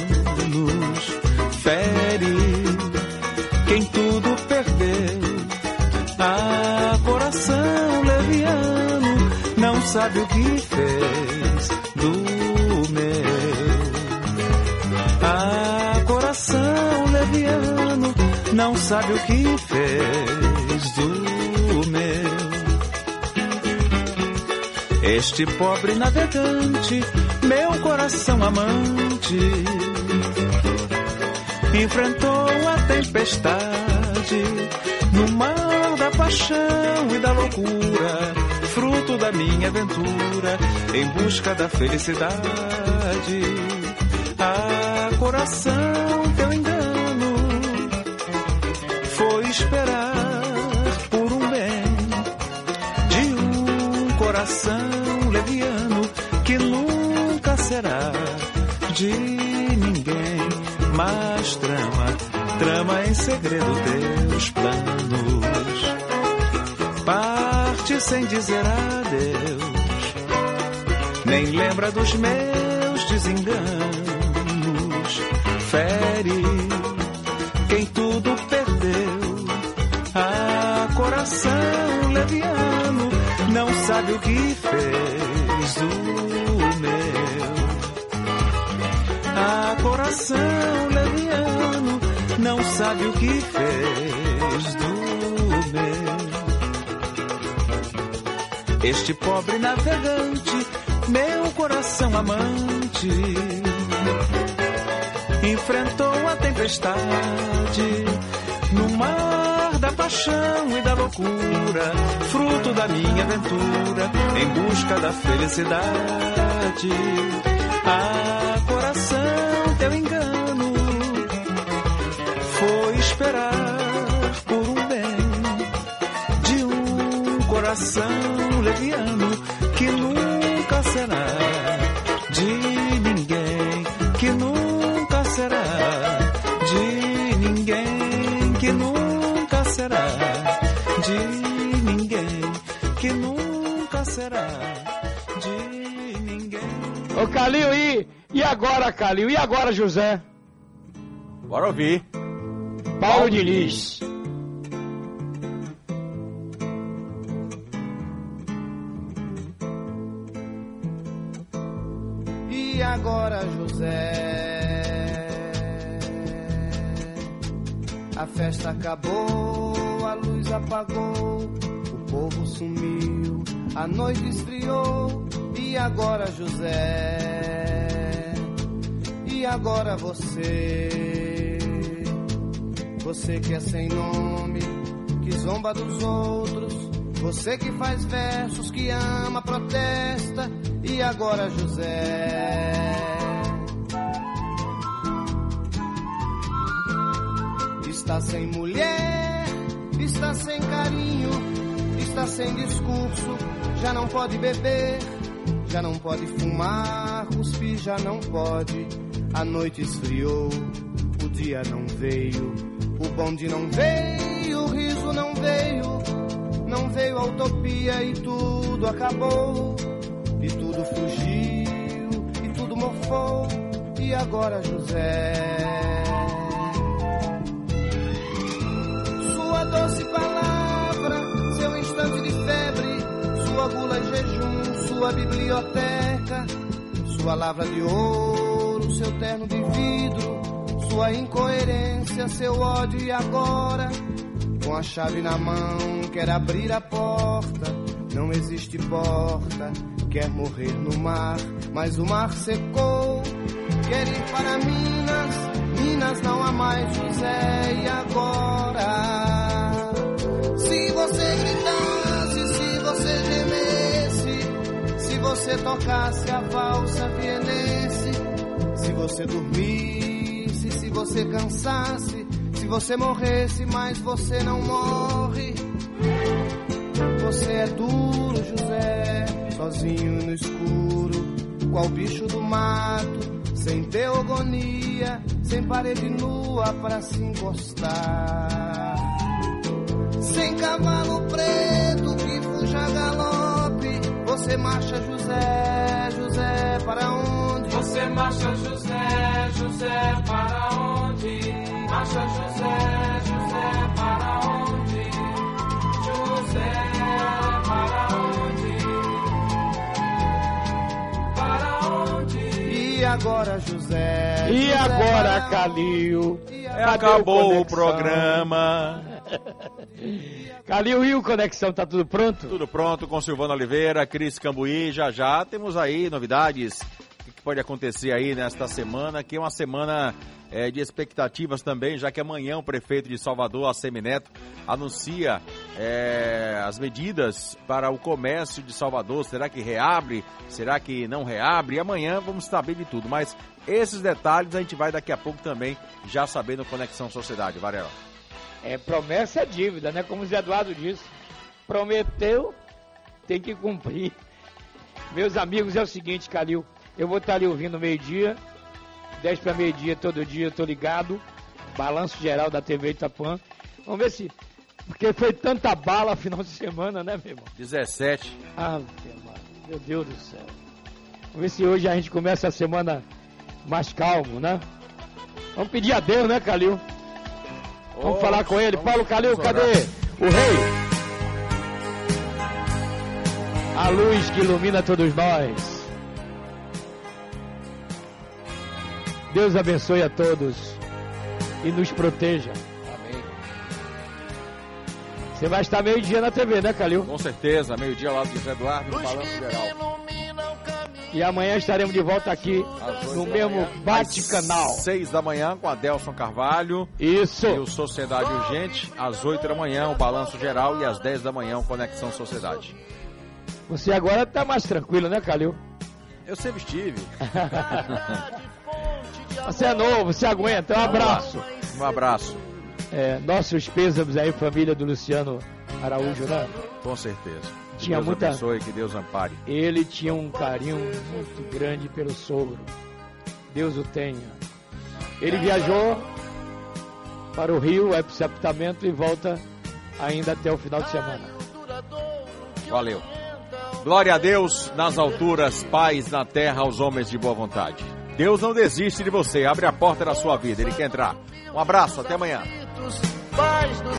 fere quem tudo perdeu, coração leviano, não sabe o que fez do meu, coração leviano, não sabe o que fez do meu. Este pobre navegante, meu coração amante, enfrentou a tempestade no mar da paixão e da loucura, fruto da minha aventura em busca da felicidade. Ah, coração, teu engano foi esperar por um bem de um coração leviano que nunca será de ninguém, mas trama em segredo teus planos, parte sem dizer adeus, nem lembra dos meus desenganos, fere quem tudo perdeu. Ah, coração leviano, não sabe o que fez o meu. Ah, coração leviano, não sabe o que fez do meu. Este pobre navegante, meu coração amante, enfrentou a tempestade no mar da paixão e da loucura, fruto da minha aventura em busca da felicidade. Ah, coração, teu engano foi esperar por um bem de um coração leviano que nunca será de ninguém, que nunca será de ninguém, que nunca será de ninguém, que nunca será de ninguém. Ô Calil, e agora, Calil? E agora, José? Bora ouvir. Paulo Diniz. E agora, José? A festa acabou, a luz apagou, o povo sumiu, a noite esfriou. E agora, José? E agora você? Você que é sem nome, que zomba dos outros, você que faz versos, que ama, protesta. E agora, José? Está sem mulher, está sem carinho, está sem discurso, já não pode beber, já não pode fumar, cuspir já não pode. A noite esfriou, o dia não veio, o bonde não veio, o riso não veio, não veio a utopia e tudo acabou, e tudo fugiu, e tudo mofou. E agora, José? Sua doce palavra, seu instante de febre, sua gula e jejum, sua biblioteca, sua lavra de ouro, seu terno de vidro, sua incoerência, seu ódio. E agora, com a chave na mão, quer abrir a porta, não existe porta, quer morrer no mar, mas o mar secou, quer ir para Minas, Minas não há mais José. E agora? Se você gritasse, se você gemesse, se você tocasse a valsa vienense, se você dormisse, se você cansasse, se você morresse, mas você não morre. Você é duro, José, sozinho no escuro, qual bicho do mato, sem teogonia, sem parede nua pra se encostar, sem cavalo preto que fuja a galope. Você marcha, José, José, para onde? Você marcha, José, José, para onde? Marcha, José, José, para onde? José, para onde? Para onde? E agora, José? E José, agora, Calil? Acabou o programa. Calil, e o Conexão, tá tudo pronto? Tudo pronto com Silvano Oliveira, Cris Cambuí. Já temos aí novidades. que pode acontecer aí nesta semana, que é uma semana de expectativas também, já que amanhã o prefeito de Salvador, Assemineto, anuncia as medidas para o comércio de Salvador. Será que reabre? Será que não reabre? E amanhã vamos saber de tudo, mas esses detalhes a gente vai daqui a pouco também já saber no Conexão Sociedade. Varela. Promessa é dívida, né? Como o Zé Eduardo disse. Prometeu, tem que cumprir. Meus amigos, é o seguinte, Calil, eu vou estar ali ouvindo meio-dia, 10 para meio-dia todo dia, eu tô ligado, balanço geral da TV Itapuã. Vamos ver se, porque foi tanta bala final de semana, né, meu irmão? 17. Meu Deus do céu. Vamos ver se hoje a gente começa a semana mais calmo, né? Vamos pedir a Deus, né, Calil? Vamos falar com ele. Paulo Calil, cadê o rei? A luz que ilumina todos nós. Deus abençoe a todos e nos proteja. Amém. Você vai estar meio-dia na TV, né, Calil? Com certeza, meio-dia lá do José Eduardo, no Balanço Geral. E amanhã estaremos de volta aqui no mesmo bate-canal. 6 da manhã com a Delson Carvalho. Isso. E o Sociedade Urgente, às 8 da manhã o Balanço Geral e às 10 da manhã o Conexão Sociedade. Você agora tá mais tranquilo, né, Calil? Eu sempre estive. Você é novo, você aguenta. Um abraço. Um abraço. Nossos pêsames aí, família do Luciano Araújo, né? Com certeza. Que Deus abençoe, que Deus ampare. Ele tinha um carinho muito grande pelo sogro. Deus o tenha. Ele viajou para o Rio, vai para o sepultamento e volta ainda até o final de semana. Valeu. Glória a Deus nas alturas, paz na terra aos homens de boa vontade. Deus não desiste de você, abre a porta da sua vida, Ele quer entrar. Um abraço, até amanhã.